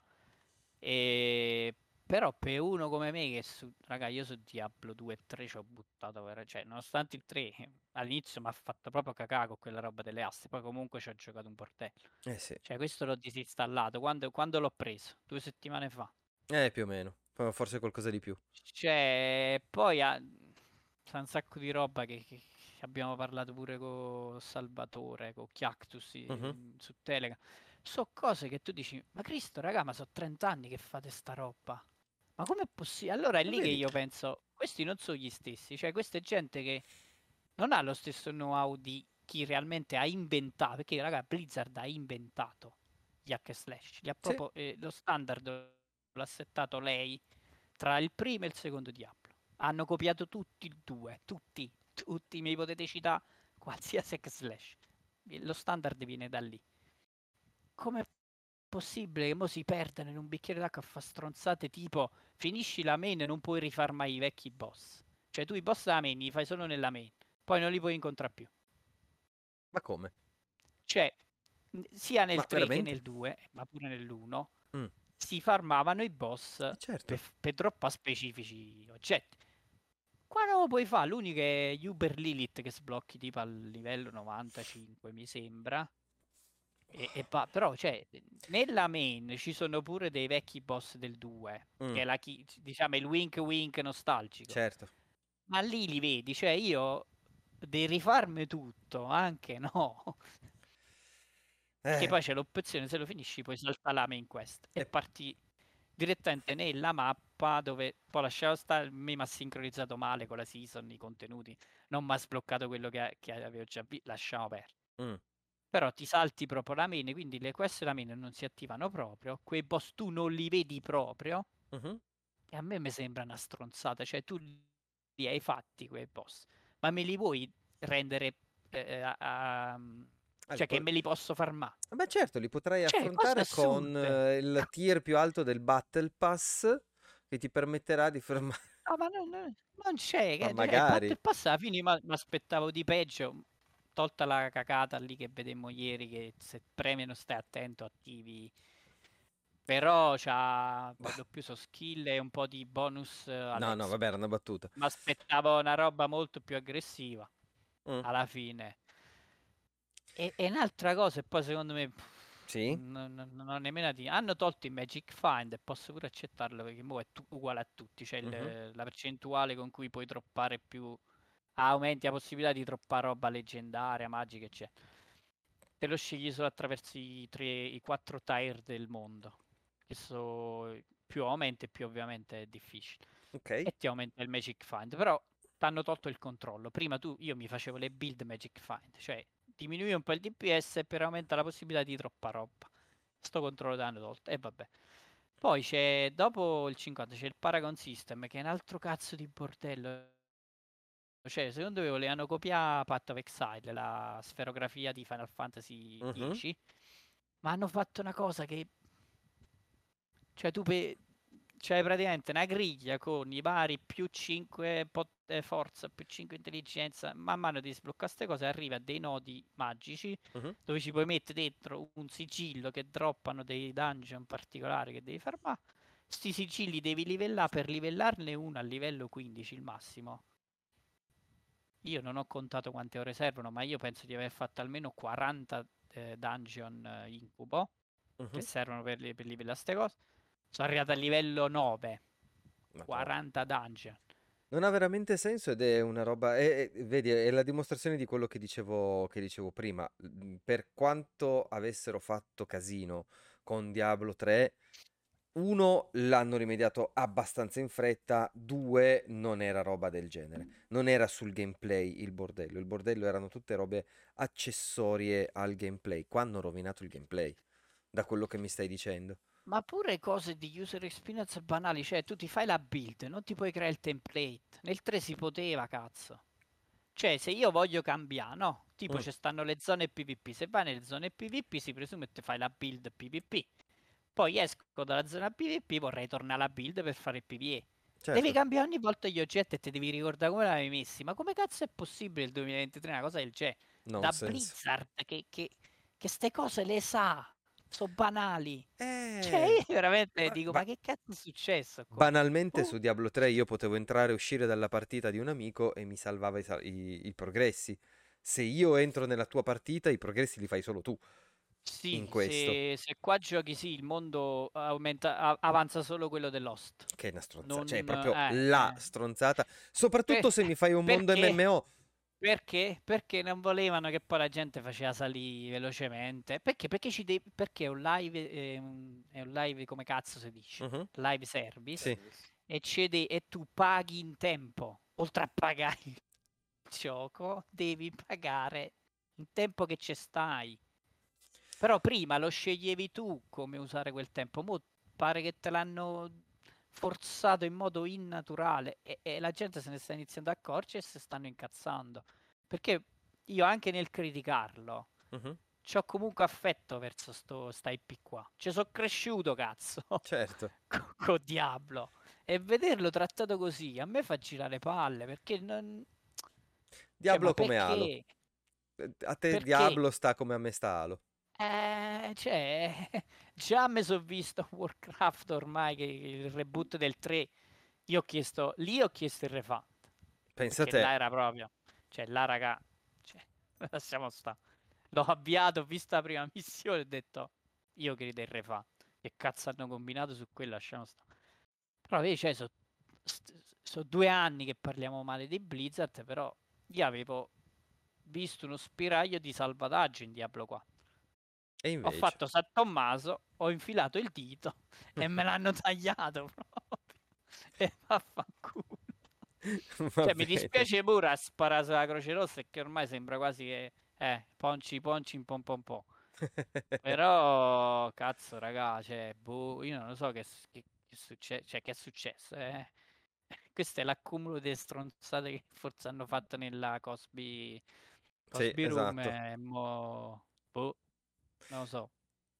Però per uno come me che raga, io su Diablo 2 e 3 ci ho buttato cioè nonostante il 3 all'inizio mi ha fatto proprio cacà con quella roba delle aste, poi comunque ci ho giocato un portello. Sì. Cioè questo l'ho disinstallato quando l'ho preso 2 settimane fa. Più o meno, forse qualcosa di più. Cioè poi c'è un sacco di roba che abbiamo parlato pure con Salvatore, con Chiactus su Telegram. So cose che tu dici, ma Cristo, raga, ma sono 30 anni che fate sta roba. Ma com'è possibile? Allora è lì che io penso, questi non sono gli stessi, cioè questa è gente che non ha lo stesso know-how di chi realmente ha inventato, perché raga, Blizzard ha inventato gli hack slash, gli ha proprio, lo standard l'ha settato lei tra il primo e il secondo Diablo. Hanno copiato tutti e 2, tutti, mi potete citare qualsiasi hack slash. Lo standard viene da lì. Com'è possibile che mo si perdano in un bicchiere d'acqua a fa stronzate tipo finisci la main e non puoi rifar mai i vecchi boss? Cioè tu i boss della main li fai solo nella main, poi non li puoi incontrare più. Ma come? Cioè, sia nel 3 che nel 2, ma pure nell'1, si farmavano i boss per troppo specifici oggetti. Qua non lo puoi fare, l'unico è Uber Lilith che sblocchi tipo al livello 95, mi sembra. Però, cioè, nella main ci sono pure dei vecchi boss del 2, che è diciamo il wink wink nostalgico. Certo. Ma lì li vedi, cioè io devi rifarmi tutto, anche no. Che poi c'è l'opzione, se lo finisci puoi saltare la main quest e parti direttamente nella mappa, dove poi lasciavo stare, mi ha sincronizzato male con la season, i contenuti, non mi ha sbloccato quello che avevo già visto, lasciamo perdere. Però ti salti proprio la main, quindi le quest della main non si attivano proprio, quei boss tu non li vedi proprio, e a me mi sembra una stronzata, cioè tu li hai fatti quei boss, ma me li vuoi rendere cioè che me li posso farmare? Beh certo, li potrai affrontare con il tier più alto del Battle Pass, che ti permetterà di fermare. No, ma non c'è, ma cioè, magari. Il pass alla fine mi aspettavo di peggio, tolta la cacata lì che vedemmo ieri, che se premi non stai attento attivi, però c'ha per lo più so skill e un po' di bonus. No, vabbè, era una battuta. Mi aspettavo una roba molto più aggressiva alla fine. E un'altra cosa, e poi secondo me non ho nemmeno hanno tolto il Magic Find, e posso pure accettarlo perché mo è uguale a tutti, cioè la percentuale con cui puoi droppare più, aumenti la possibilità di droppare roba leggendaria, magica, eccetera. Te lo scegli solo attraverso i 4 tier del mondo, che so, più aumenta e più ovviamente è difficile. E ti aumenta il Magic Find, però ti hanno tolto il controllo. Prima io mi facevo le build Magic Find, cioè diminuire un po' il DPS per aumentare la possibilità di troppa roba. Sto controllo l'hanno tolto, e vabbè. Poi c'è, dopo il 50, c'è il Paragon System, che è un altro cazzo di bordello. Cioè, secondo me volevano copiare Path of Exile, la sferografia di Final Fantasy X, ma hanno fatto una cosa che... Cioè, tu c'hai praticamente una griglia con i vari più 5 forza, più 5 intelligenza. Man mano di sbloccare queste cose arriva a dei nodi magici dove ci puoi mettere dentro un sigillo che droppano dei dungeon particolari che devi farmare. Sti sigilli devi livellare, per livellarne uno a livello 15 il massimo. Io non ho contato quante ore servono, ma io penso di aver fatto almeno 40 dungeon incubo che servono per livellare queste cose. Sono arrivato a livello 9. 40 dungeon. Non ha veramente senso, ed è una roba... vedi, è la dimostrazione di quello che dicevo prima. Per quanto avessero fatto casino con Diablo 3, 1, l'hanno rimediato abbastanza in fretta, 2, non era roba del genere. Non era sul gameplay il bordello. Il bordello erano tutte robe accessorie al gameplay. Qua hanno rovinato il gameplay, da quello che mi stai dicendo. Ma pure cose di user experience banali, cioè tu ti fai la build, non ti puoi creare il template. Nel 3 si poteva, cazzo. Cioè, se io voglio cambiare, no? Tipo, ci stanno le zone PvP. Se vai nelle zone PvP, si presume che ti fai la build PvP. Poi esco dalla zona PvP, vorrei tornare alla build per fare il PvE. Certo. Devi cambiare ogni volta gli oggetti e ti devi ricordare come l'avevi messi. Ma come cazzo è possibile il 2023 una cosa del genere? Da Blizzard che ste cose le sa. Sono banali. Cioè, io veramente dico, ma che cazzo è successo qua? Banalmente su Diablo 3 io potevo entrare e uscire dalla partita di un amico e mi salvava i progressi. Se io entro nella tua partita, i progressi li fai solo tu. Sì, in questo. Se qua giochi, sì, il mondo avanza solo quello dell'Host. Che è una stronzata, cioè è proprio la stronzata. Soprattutto se mi fai un mondo MMO. Perché? Perché non volevano che poi la gente faceva salire velocemente. Perché? Perché è un live, come cazzo si dice? Live service. Sì. E tu paghi in tempo. Oltre a pagare il gioco, devi pagare in tempo che ci stai. Però prima lo sceglievi tu come usare quel tempo. Mo pare che te l'hanno forzato in modo innaturale e la gente se ne sta iniziando a accorgere e si stanno incazzando, perché io anche nel criticarlo c'ho comunque affetto verso sta IP qua, ci sono cresciuto, cazzo, certo, con Diablo, e vederlo trattato così a me fa girare palle, perché non... Diablo come Halo, a te perché? Diablo sta come a me sta Halo. Cioè, già mi sono visto Warcraft ormai, che il reboot del 3, lì ho chiesto il refund. Pensa perché te. là era proprio, cioè là raga, cioè, lasciamo sta. L'ho avviato, ho visto la prima missione e ho detto, io credo il re fa. Che cazzo hanno combinato su quello, lasciamo sta. Però vedi, cioè, sono 2 anni che parliamo male di Blizzard, però io avevo visto uno spiraglio di salvataggio in Diablo 4. E Ho invece? fatto San Tommaso, ho infilato il dito e me l'hanno tagliato proprio. E vaffanculo. Va Cioè, mi bene. dispiace pure a sparare sulla Croce Rossa, che ormai sembra quasi che... ponci, in pom pom pom. Però, cazzo, raga, cioè, boh, io non lo so che cioè, che è successo, Questo è l'accumulo delle stronzate che forse hanno fatto nella Sì, Cosby Room esatto. e mo... Boh, non lo so.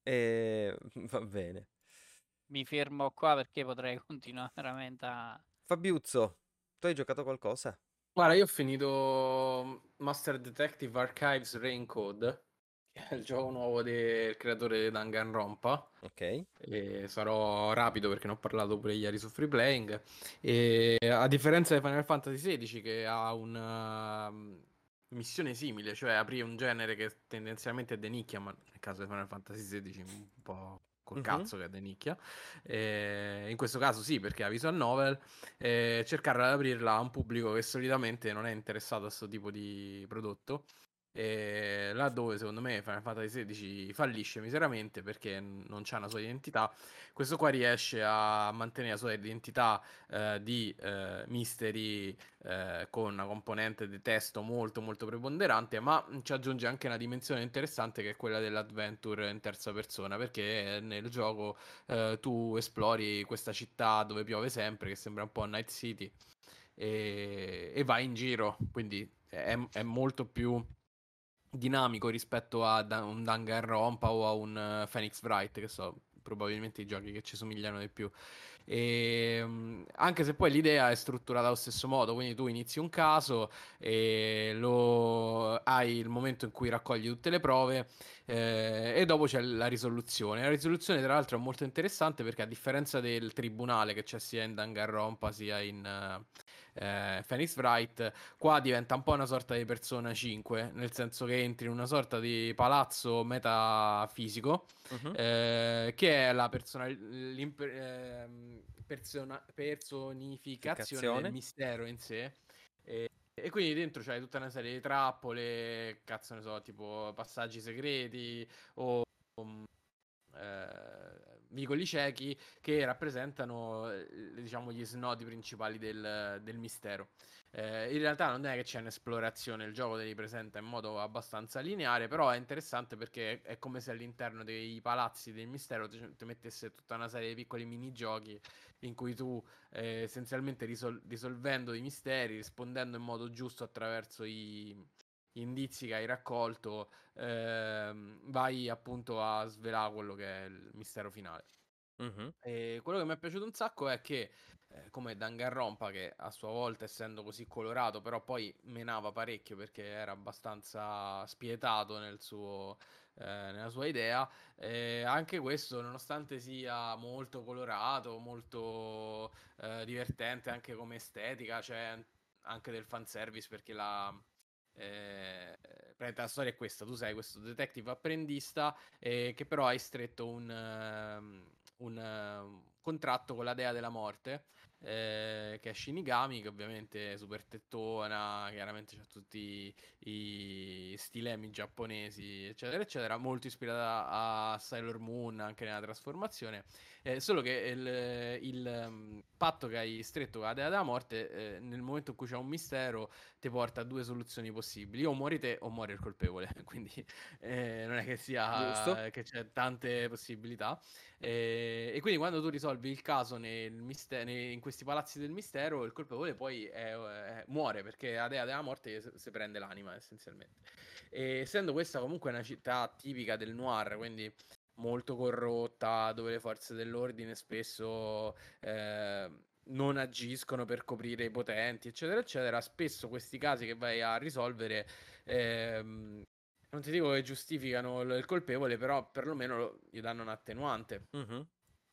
Va bene. Mi fermo qua perché potrei continuare veramente a... Fabiuzzo, tu hai giocato qualcosa? Guarda, io ho finito Master Detective Archives Raincode, che è il gioco nuovo del creatore di Danganronpa. Ok. E sarò rapido perché ne ho parlato pure ieri su Free Playing. E a differenza di Final Fantasy XVI, che ha una missione simile, cioè aprire un genere che tendenzialmente è de nicchia, ma nel caso di Final Fantasy XVI un po' col cazzo che è de nicchia. In questo caso sì, perché è una visual novel, cercare di aprirla a un pubblico che solitamente non è interessato a questo tipo di prodotto. Laddove secondo me Final Fantasy XVI fallisce miseramente perché non c'ha una sua identità, questo qua riesce a mantenere la sua identità di mystery con una componente di testo molto molto preponderante, ma ci aggiunge anche una dimensione interessante che è quella dell'adventure in terza persona, perché nel gioco tu esplori questa città dove piove sempre, che sembra un po' Night City, e vai in giro, quindi è molto più dinamico rispetto a un Danganronpa o a un Phoenix Wright, che so, probabilmente i giochi che ci somigliano di più. Anche se poi l'idea è strutturata allo stesso modo, quindi tu inizi un caso e hai il momento in cui raccogli tutte le prove e dopo c'è la risoluzione. La risoluzione, tra l'altro, è molto interessante perché, a differenza del tribunale che c'è sia in Danganronpa sia in Phoenix Wright, qua diventa un po' una sorta di Persona 5, nel senso che entri in una sorta di palazzo metafisico, Mhm. che è la personificazione del Ficazione. mistero in sé. E quindi dentro c'hai tutta una serie di trappole, cazzo ne so, tipo passaggi segreti o vicoli ciechi che rappresentano, diciamo, gli snodi principali del mistero. In realtà non è che c'è un'esplorazione, il gioco te li presenta in modo abbastanza lineare, però è interessante perché è come se all'interno dei palazzi del mistero ti mettesse tutta una serie di piccoli minigiochi in cui tu essenzialmente risolvendo i misteri, rispondendo in modo giusto attraverso gli indizi che hai raccolto, vai appunto a svelare quello che è il mistero finale. Mhm. E quello che mi è piaciuto un sacco è che, come Danganronpa, che a sua volta, essendo così colorato, però poi menava parecchio perché era abbastanza spietato nella sua idea, anche questo, nonostante sia molto colorato, molto divertente anche come estetica, c'è anche del fanservice perché la storia è questa: tu sei questo detective apprendista che però hai stretto un contratto con la dea della morte, che è Shinigami, che ovviamente è super tettona, chiaramente c'ha tutti i stilemi giapponesi, eccetera, eccetera, molto ispirata a Sailor Moon anche nella trasformazione. Solo che il patto che hai stretto con la dea della morte, nel momento in cui c'è un mistero, ti porta a due soluzioni possibili: o muori te o muore il colpevole. Quindi non è che Giusto. sia che c'è tante possibilità. E quindi quando tu risolvi il caso in questi palazzi del mistero, il colpevole poi muore, perché la dea della morte si prende l'anima essenzialmente. E essendo questa comunque una città tipica del noir, quindi molto corrotta, dove le forze dell'ordine spesso non agiscono per coprire i potenti, eccetera, eccetera, spesso questi casi che vai a risolvere, non ti dico che giustificano il colpevole, però perlomeno gli danno un attenuante. Mhm.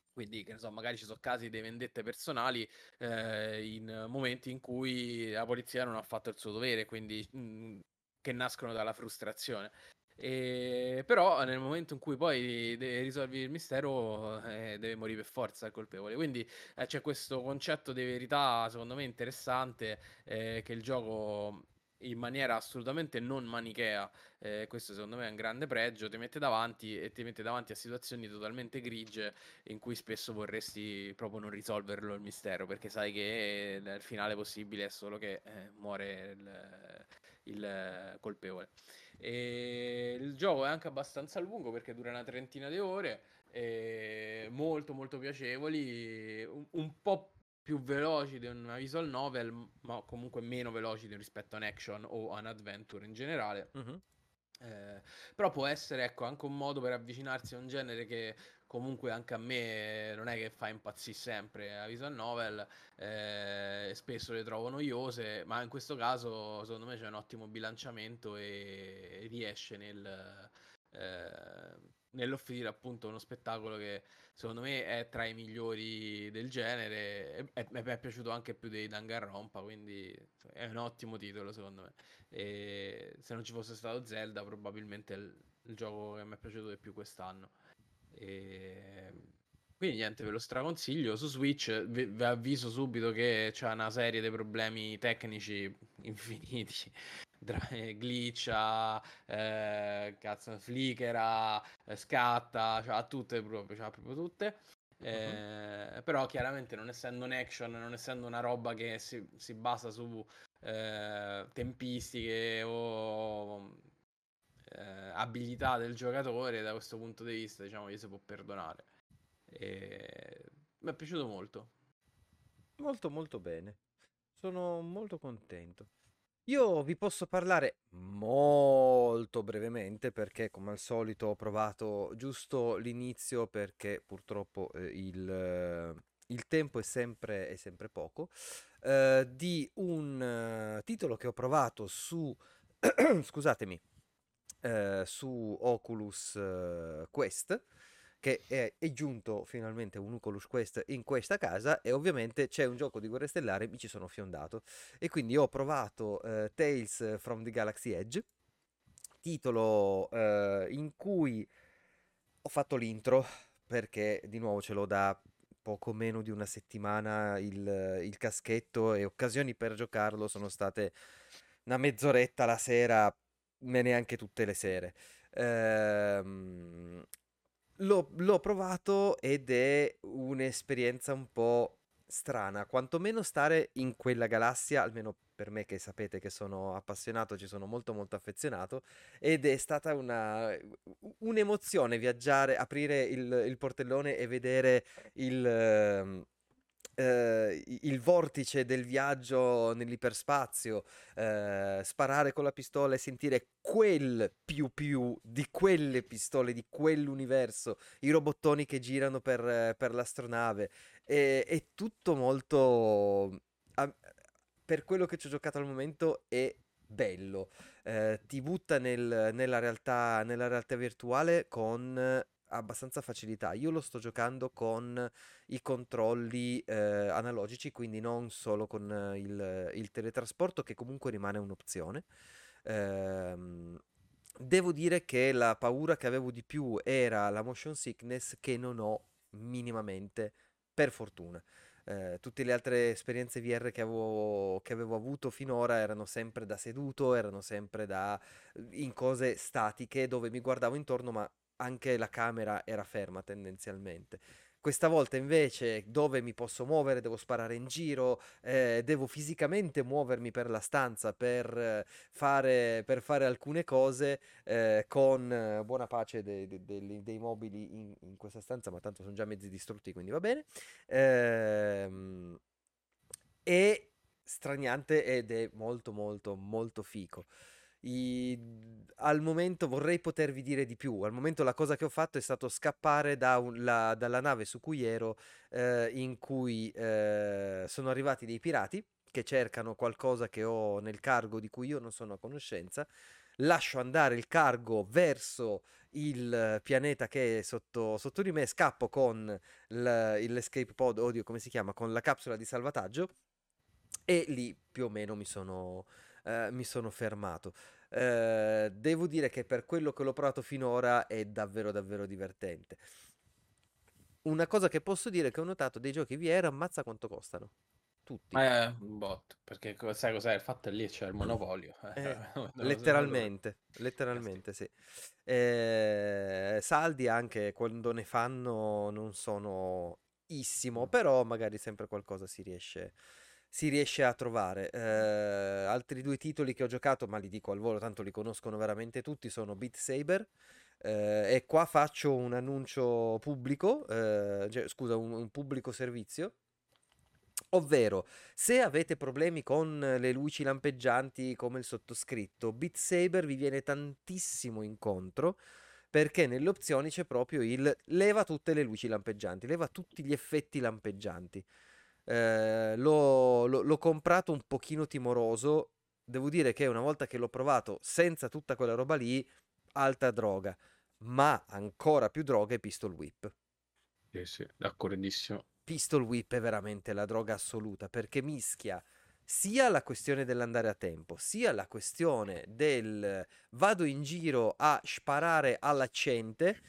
Quindi, che ne so, magari ci sono casi di vendette personali in momenti in cui la polizia non ha fatto il suo dovere, quindi che nascono dalla frustrazione. Però nel momento in cui poi risolvi il mistero deve morire per forza il colpevole. Quindi c'è questo concetto di verità, secondo me interessante, che il gioco in maniera assolutamente non manichea, questo secondo me è un grande pregio, ti mette davanti e ti mette davanti a situazioni totalmente grigie in cui spesso vorresti proprio non risolverlo il mistero, perché sai che il finale possibile è solo che muore il colpevole. E il gioco è anche abbastanza lungo perché dura una trentina di ore, molto molto piacevoli, un po' più veloci di una visual novel, ma comunque meno veloci rispetto a un action o a un adventure in generale. Però può essere, ecco, anche un modo per avvicinarsi a un genere che comunque anche a me non è che fa impazzire sempre. La visual novel spesso le trovo noiose, ma in questo caso secondo me c'è un ottimo bilanciamento e riesce nell'offrire appunto uno spettacolo che secondo me è tra i migliori del genere. Mi è piaciuto anche più dei Danganronpa, quindi è un ottimo titolo secondo me. E se non ci fosse stato Zelda, probabilmente è il gioco che mi è piaciuto di più quest'anno. E quindi niente, ve lo straconsiglio. Su Switch vi avviso subito che c'è una serie di problemi tecnici infiniti. Glitcha, cazzo, flickera, scatta, c'ha tutte proprio, c'ha proprio tutte. Però chiaramente non essendo un action, non essendo una roba che si basa su tempistiche o abilità del giocatore, da questo punto di vista, diciamo, gli si può perdonare. Mi è piaciuto molto. Molto molto bene. Sono molto contento. Io vi posso parlare molto brevemente perché come al solito ho provato giusto l'inizio perché purtroppo il tempo è sempre poco, di un titolo che ho provato su, scusatemi, su Oculus Quest, che è giunto finalmente un Oculus Quest in questa casa e ovviamente c'è un gioco di Guerre Stellari, mi ci sono fiondato e quindi ho provato Tales from the Galaxy Edge, titolo in cui ho fatto l'intro perché di nuovo ce l'ho da poco meno di una settimana il caschetto e occasioni per giocarlo sono state una mezz'oretta la sera, me neanche tutte le sere. Ehm, l'ho provato ed è un'esperienza un po' strana, quantomeno stare in quella galassia, almeno per me che sapete che sono appassionato, ci sono molto molto affezionato, ed è stata un'emozione viaggiare, aprire il portellone e vedere il vortice del viaggio nell'iperspazio, sparare con la pistola e sentire quel più più di quelle pistole, di quell'universo, i robottoni che girano per l'astronave. È tutto molto... a- per quello che ci ho giocato al momento è bello. Ti butta nella realtà virtuale con abbastanza facilità. Io lo sto giocando con i controlli analogici, quindi non solo con il teletrasporto, che comunque rimane un'opzione. Ehm, Devo dire che la paura che avevo di più era la motion sickness che non ho minimamente, per fortuna. Tutte le altre esperienze VR che avevo avuto finora erano sempre da seduto, erano sempre in cose statiche dove mi guardavo intorno, ma anche la camera era ferma tendenzialmente. Questa volta invece dove mi posso muovere, devo sparare in giro, devo fisicamente muovermi per la stanza per fare alcune cose con buona pace dei mobili in questa stanza, ma tanto sono già mezzi distrutti, quindi va bene. È straniante ed è molto molto molto fico. Al momento vorrei potervi dire di più. Al momento la cosa che ho fatto è stato scappare dalla nave su cui ero, in cui sono arrivati dei pirati che cercano qualcosa che ho nel cargo di cui io non sono a conoscenza. lascio andare il cargo verso il pianeta che è sotto di me, scappo con l'escape pod, oddio come si chiama, con la capsula di salvataggio, e lì più o meno mi sono fermato. Devo dire che per quello che l'ho provato finora è davvero davvero divertente. Una cosa che posso dire è che ho notato dei giochi VR, ammazza quanto costano. Tutti. Un bot, perché sai cos'è? Il fatto è lì c'è il monopolio. Letteralmente sì. Saldi anche quando ne fanno non sono issimo, però magari sempre qualcosa si riesce a trovare. Altri due titoli che ho giocato, ma li dico al volo, tanto li conoscono veramente tutti, sono Beat Saber. E qua faccio un annuncio pubblico, scusa, un pubblico servizio. Ovvero, se avete problemi con le luci lampeggianti come il sottoscritto, Beat Saber vi viene tantissimo incontro, perché nelle opzioni c'è proprio il leva tutte le luci lampeggianti, leva tutti gli effetti lampeggianti. L'ho comprato un pochino timoroso, devo dire che una volta che l'ho provato senza tutta quella roba lì, alta droga, ma ancora più droga è Pistol Whip. Sì, d'accordissimo. Pistol Whip è veramente la droga assoluta, perché mischia sia la questione dell'andare a tempo, sia la questione del vado in giro a sparare all'accente,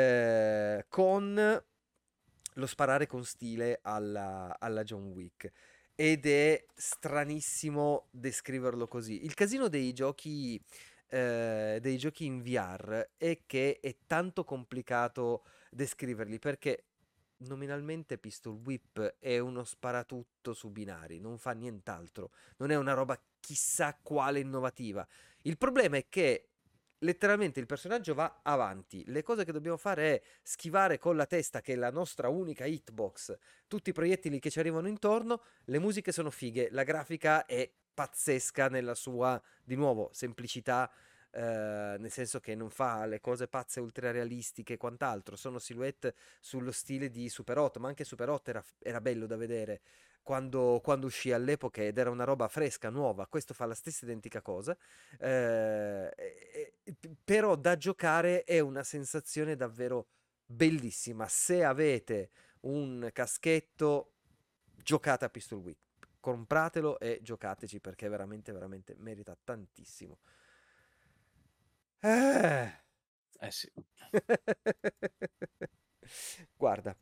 con lo sparare con stile alla John Wick. Ed è stranissimo descriverlo così. Il casino dei giochi in VR è che è tanto complicato descriverli, perché nominalmente Pistol Whip è uno sparatutto su binari, non fa nient'altro, non è una roba chissà quale innovativa. Il problema è che letteralmente il personaggio va avanti, le cose che dobbiamo fare è schivare con la testa, che è la nostra unica hitbox, tutti i proiettili che ci arrivano intorno. Le musiche sono fighe, la grafica è pazzesca nella sua, di nuovo, semplicità, nel senso che non fa le cose pazze ultra realistiche e quant'altro, sono silhouette sullo stile di Super 8, ma anche Super 8 era bello da vedere quando uscì all'epoca, ed era una roba fresca, nuova. Questo fa la stessa identica cosa, però da giocare è una sensazione davvero bellissima. Se avete un caschetto, giocate a Pistol Whip, compratelo e giocateci, perché veramente veramente merita tantissimo. Sì. Guarda,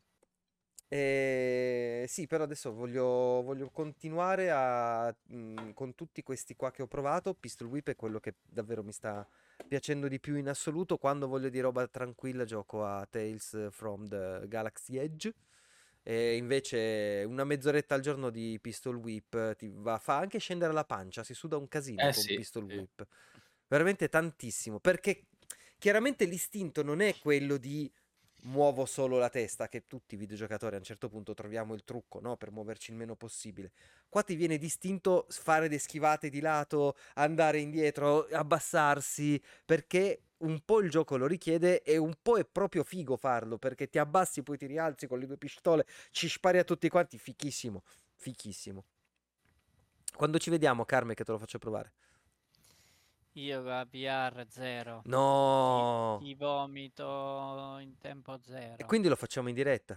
sì, però adesso voglio continuare con tutti questi qua che ho provato. Pistol Whip è quello che davvero mi sta piacendo di più in assoluto. Quando voglio di roba tranquilla gioco a Tales from the Galaxy Edge, e invece una mezz'oretta al giorno di Pistol Whip ti fa anche scendere la pancia, si suda un casino con Pistol Whip. Veramente tantissimo, perché chiaramente l'istinto non è quello di muovo solo la testa, che tutti i videogiocatori a un certo punto troviamo il trucco, no? Per muoverci il meno possibile. Qua ti viene distinto fare le schivate di lato, andare indietro, abbassarsi, perché un po' il gioco lo richiede e un po' è proprio figo farlo, perché ti abbassi, poi ti rialzi con le due pistole, ci spari a tutti quanti, fichissimo, fichissimo. Quando ci vediamo, Carme, che te lo faccio provare? Io con la VR 0. No! Ti vomito in tempo 0. E quindi lo facciamo in diretta.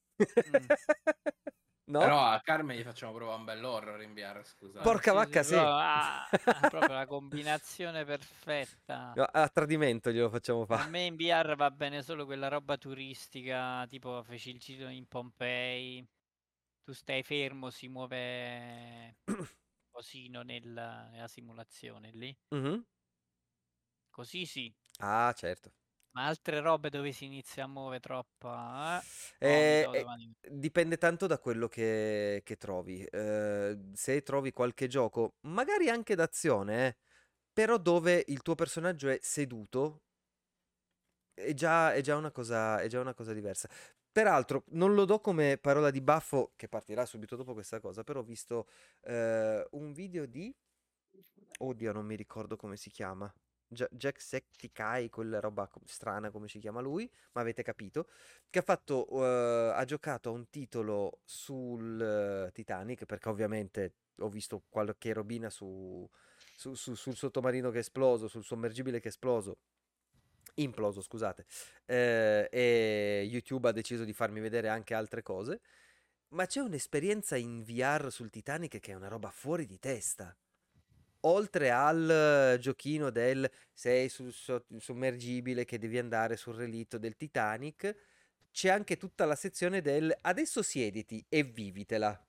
No? Però a Carmen gli facciamo provare un bel horror in VR, scusa. Porca vacca, sì. Proprio la combinazione perfetta. No, a tradimento glielo facciamo fare. A me in VR va bene solo quella roba turistica, tipo feci il giro in Pompei, tu stai fermo, si muove cosino nella simulazione lì. Mm-hmm. Così sì. Ah, certo. Ma altre robe dove si inizia a muovere troppo, dipende tanto da quello che trovi. Se trovi qualche gioco, magari anche d'azione, però dove il tuo personaggio è seduto, è già una cosa diversa. Peraltro, non lo do come parola di baffo, che partirà subito dopo questa cosa, però ho visto un video di... Oddio, non mi ricordo come si chiama. Jacksepticeye, quella roba strana come si chiama lui, ma avete capito, che ha giocato a un titolo sul Titanic, perché ovviamente ho visto qualche robina su sul sottomarino che è esploso, sul sommergibile che è imploso, scusate, e YouTube ha deciso di farmi vedere anche altre cose, ma c'è un'esperienza in VR sul Titanic che è una roba fuori di testa. Oltre al giochino del sei sul sommergibile che devi andare sul relitto del Titanic, c'è anche tutta la sezione del adesso siediti e vivitela.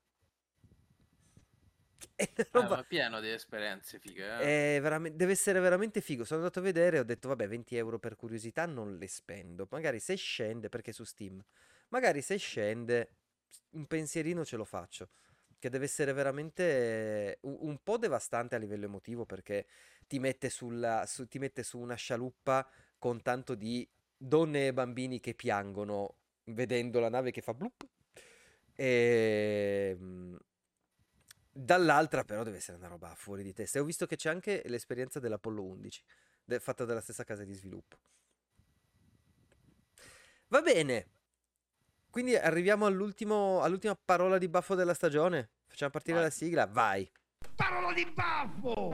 È ma è pieno di esperienze fighe. deve essere veramente figo. Sono andato a vedere e ho detto vabbè, 20 euro per curiosità non le spendo. Magari se scende, perché su Steam, magari se scende un pensierino ce lo faccio. Che deve essere veramente un po' devastante a livello emotivo, perché ti mette su una scialuppa con tanto di donne e bambini che piangono vedendo la nave che fa blup. E dall'altra però deve essere una roba fuori di testa. E ho visto che c'è anche l'esperienza dell'Apollo 11, fatta dalla stessa casa di sviluppo. Va bene. Quindi arriviamo all'ultima parola di baffo della stagione. Facciamo partire la sigla, vai. Parola di baffo!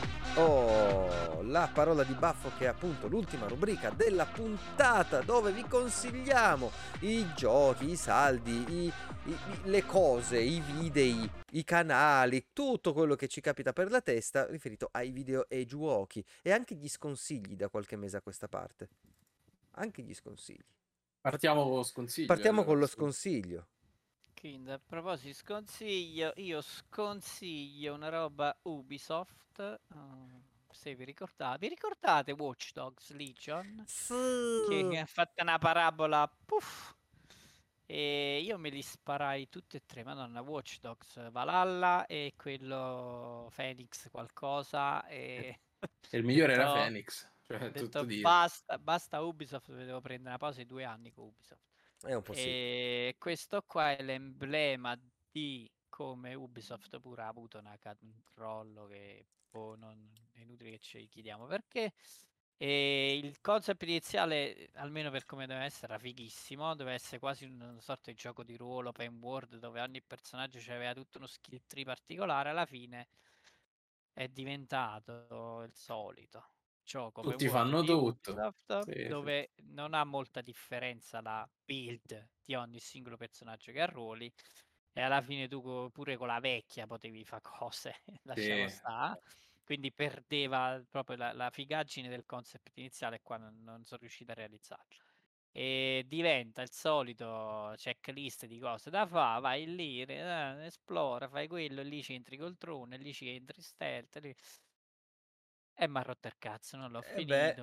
Oh, la parola di baffo, che è appunto l'ultima rubrica della puntata, dove vi consigliamo i giochi, i saldi, le cose, i video, i canali, tutto quello che ci capita per la testa riferito ai video e ai giochi, e anche gli sconsigli da qualche mese a questa parte. Anche gli sconsigli. Partiamo con lo sconsiglio. Partiamo con lo sconsiglio. Quindi, a proposito di sconsiglio, io sconsiglio una roba Ubisoft. Se vi ricordate Watch Dogs Legion? Sì. Che ha fatto una parabola, puff, e io me li sparai tutti e tre. Madonna, Watch Dogs Valhalla e quello Phoenix qualcosa. E il migliore era Phoenix. Cioè, ho tutto detto basta Ubisoft, devo prendere una pausa di 2 anni con Ubisoft. È un po' sì. E questo qua è l'emblema di come Ubisoft pure ha avuto un crollo che non è inutile che ci chiediamo perché. E il concept iniziale, almeno per come deve essere, era fighissimo. Deve essere quasi una sorta di gioco di ruolo open world, dove ogni personaggio aveva tutto uno skill tree particolare. Alla fine è diventato il solito gioco tutti fanno tutto Ubisoft, dove non ha molta differenza la build di ogni singolo personaggio che arruoli, e alla fine tu pure con la vecchia potevi fare cose, lasciamo stare. Quindi perdeva proprio la figaggine del concept iniziale, qua non sono riuscito a realizzarlo. E diventa il solito checklist di cose da fare, vai lì, esplora, fai quello, lì ci entri col drone, lì ci entri stealth, lì. E m'ha rotto il cazzo, non l'ho finito.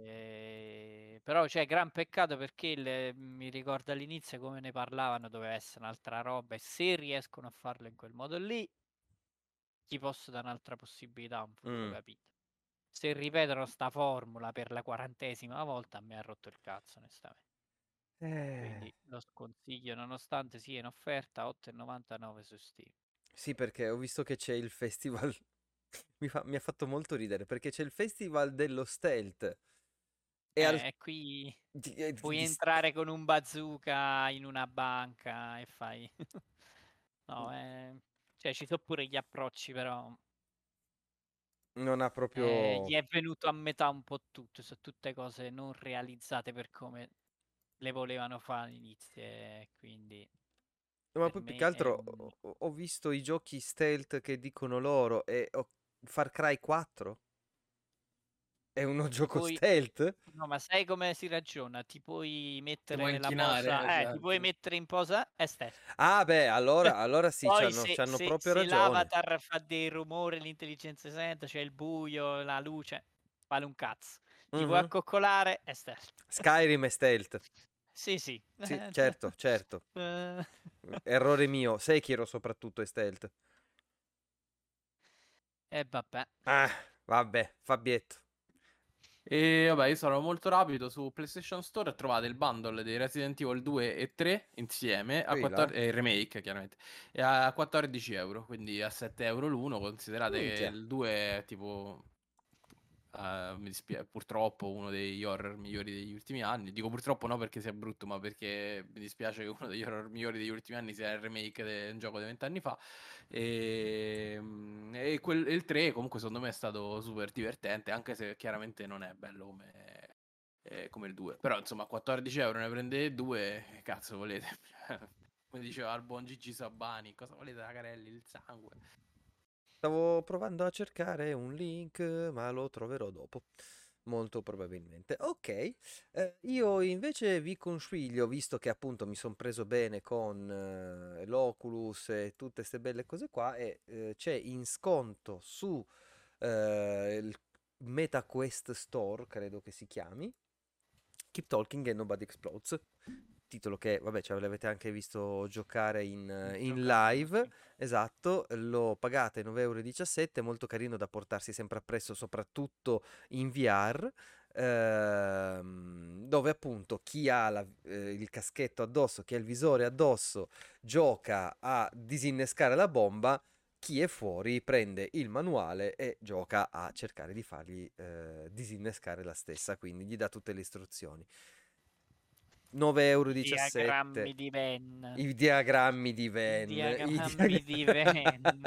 Però c'è gran peccato, perché mi ricordo all'inizio come ne parlavano, doveva essere un'altra roba, e se riescono a farlo in quel modo lì, gli posso dare un'altra possibilità, un futuro, capito? Se ripetono sta formula per la 40ª volta, a me ha rotto il cazzo, onestamente. Quindi lo sconsiglio, nonostante sia in offerta, 8,99 su Steam. Sì, perché ho visto che c'è il festival. Mi ha fatto molto ridere, perché c'è il festival dello stealth. E qui puoi entrare con un bazooka in una banca e fai... No, cioè ci sono pure gli approcci, però... Non ha proprio... gli è venuto a metà un po' tutto, sono tutte cose non realizzate per come le volevano fare all'inizio, quindi... Ma poi più che altro ho visto i giochi stealth che dicono loro, e Far Cry 4 è uno gioco stealth? No, ma sai come si ragiona? Ti puoi mettere nella posa, ti puoi mettere in posa e stealth. Ah beh, allora sì, Poi c'hanno proprio se ragione. l'avatar fa dei rumori, l'intelligenza sente, c'è il buio, la luce, vale un cazzo. Ti puoi accoccolare e stealth. Skyrim è stealth. Sì. Sì, certo. Errore mio, Sekiro soprattutto è stealth. E vabbè. Vabbè, Fabietto. E vabbè, io sarò molto rapido. Su PlayStation Store trovate il bundle dei Resident Evil 2 e 3 insieme, il remake chiaramente, e a 14 euro, quindi a 7 euro l'uno. Considerate che il 2 è tipo... mi dispiace, purtroppo uno degli horror migliori degli ultimi anni. Dico purtroppo no perché sia brutto, ma perché mi dispiace che uno degli horror migliori degli ultimi anni sia il remake di un gioco di 20 anni fa. E E il 3 comunque secondo me è stato super divertente, anche se chiaramente non è bello come il 2. Però insomma, 14 euro ne prendete 2, che cazzo volete? Come diceva il buon Gigi Sabani, cosa volete da Carelli? Il sangue. Stavo provando a cercare un link, ma lo troverò dopo, molto probabilmente. Ok, io invece vi consiglio, visto che appunto mi sono preso bene con l'Oculus e tutte queste belle cose qua, e c'è in sconto su il MetaQuest Store, credo che si chiami, Keep Talking and Nobody Explodes. Titolo che, vabbè, ce l'avete anche visto giocare in live, sì. esatto, lo pagate 9,17 €, molto carino da portarsi sempre appresso, soprattutto in VR, dove appunto chi ha il caschetto addosso, chi ha il visore addosso, gioca a disinnescare la bomba, chi è fuori prende il manuale e gioca a cercare di fargli disinnescare la stessa, quindi gli dà tutte le istruzioni. 9,17 Diagrammi di Venn. I diagrammi di Venn. Diagrammi di Venn.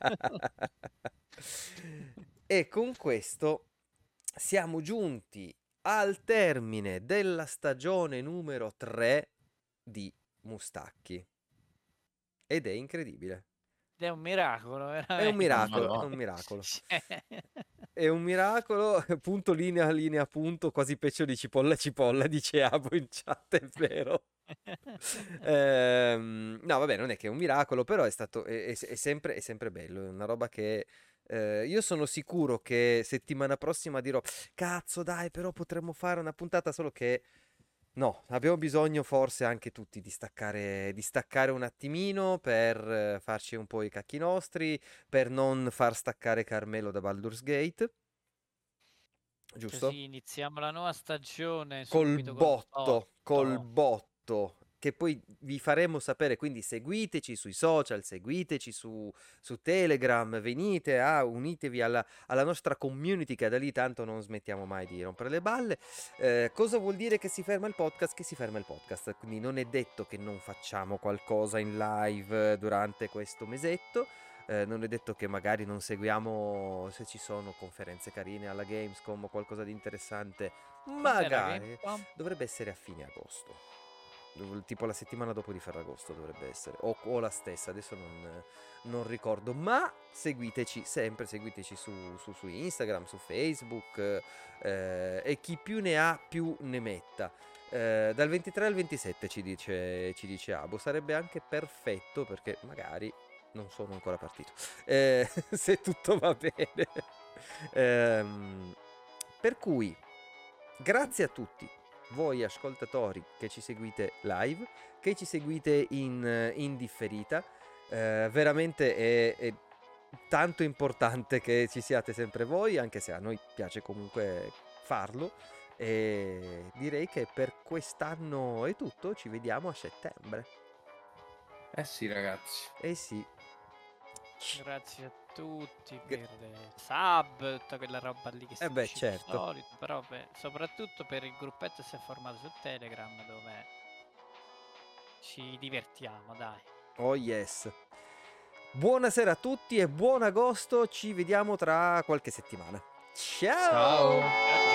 E con questo siamo giunti al termine della stagione numero 3 di Mustacchi. Ed è incredibile. È un miracolo, veramente. È un miracolo, è un miracolo. È un miracolo, punto linea punto, quasi peggio di cipolla, dice Abo in chat, è vero. No, vabbè, non è che è un miracolo, però è stato, è sempre bello, è una roba che io sono sicuro che settimana prossima dirò, cazzo dai, però potremmo fare una puntata, solo che no, abbiamo bisogno forse anche tutti di staccare un attimino per farci un po' i cacchi nostri, per non far staccare Carmelo da Baldur's Gate. Giusto? Così iniziamo la nuova stagione Col subito col botto, che poi vi faremo sapere, quindi seguiteci sui social, seguiteci su Telegram, unitevi alla nostra community, che da lì tanto non smettiamo mai di rompere le balle. Cosa vuol dire che si ferma il podcast? Che si ferma il podcast, quindi non è detto che non facciamo qualcosa in live durante questo mesetto. Non è detto che magari non seguiamo se ci sono conferenze carine alla Gamescom o qualcosa di interessante. Magari dovrebbe essere a fine agosto, tipo la settimana dopo di Ferragosto dovrebbe essere, o la stessa, adesso non ricordo, ma seguiteci sempre, seguiteci su Instagram, su Facebook, e chi più ne ha più ne metta. Dal 23 al 27 ci dice Abo, sarebbe anche perfetto, perché magari non sono ancora partito, se tutto va bene. Per cui grazie a tutti voi ascoltatori che ci seguite live, che ci seguite in differita. Veramente è tanto importante che ci siate sempre voi, anche se a noi piace comunque farlo. E direi che per quest'anno è tutto, ci vediamo a settembre. Sì, ragazzi. Sì. Grazie a tutti per sub, tutta quella roba lì che si certo. solito, però soprattutto per il gruppetto che si è formato su Telegram, dove ci divertiamo, dai. Oh yes. Buonasera a tutti e buon agosto, ci vediamo tra qualche settimana. Ciao! Ciao.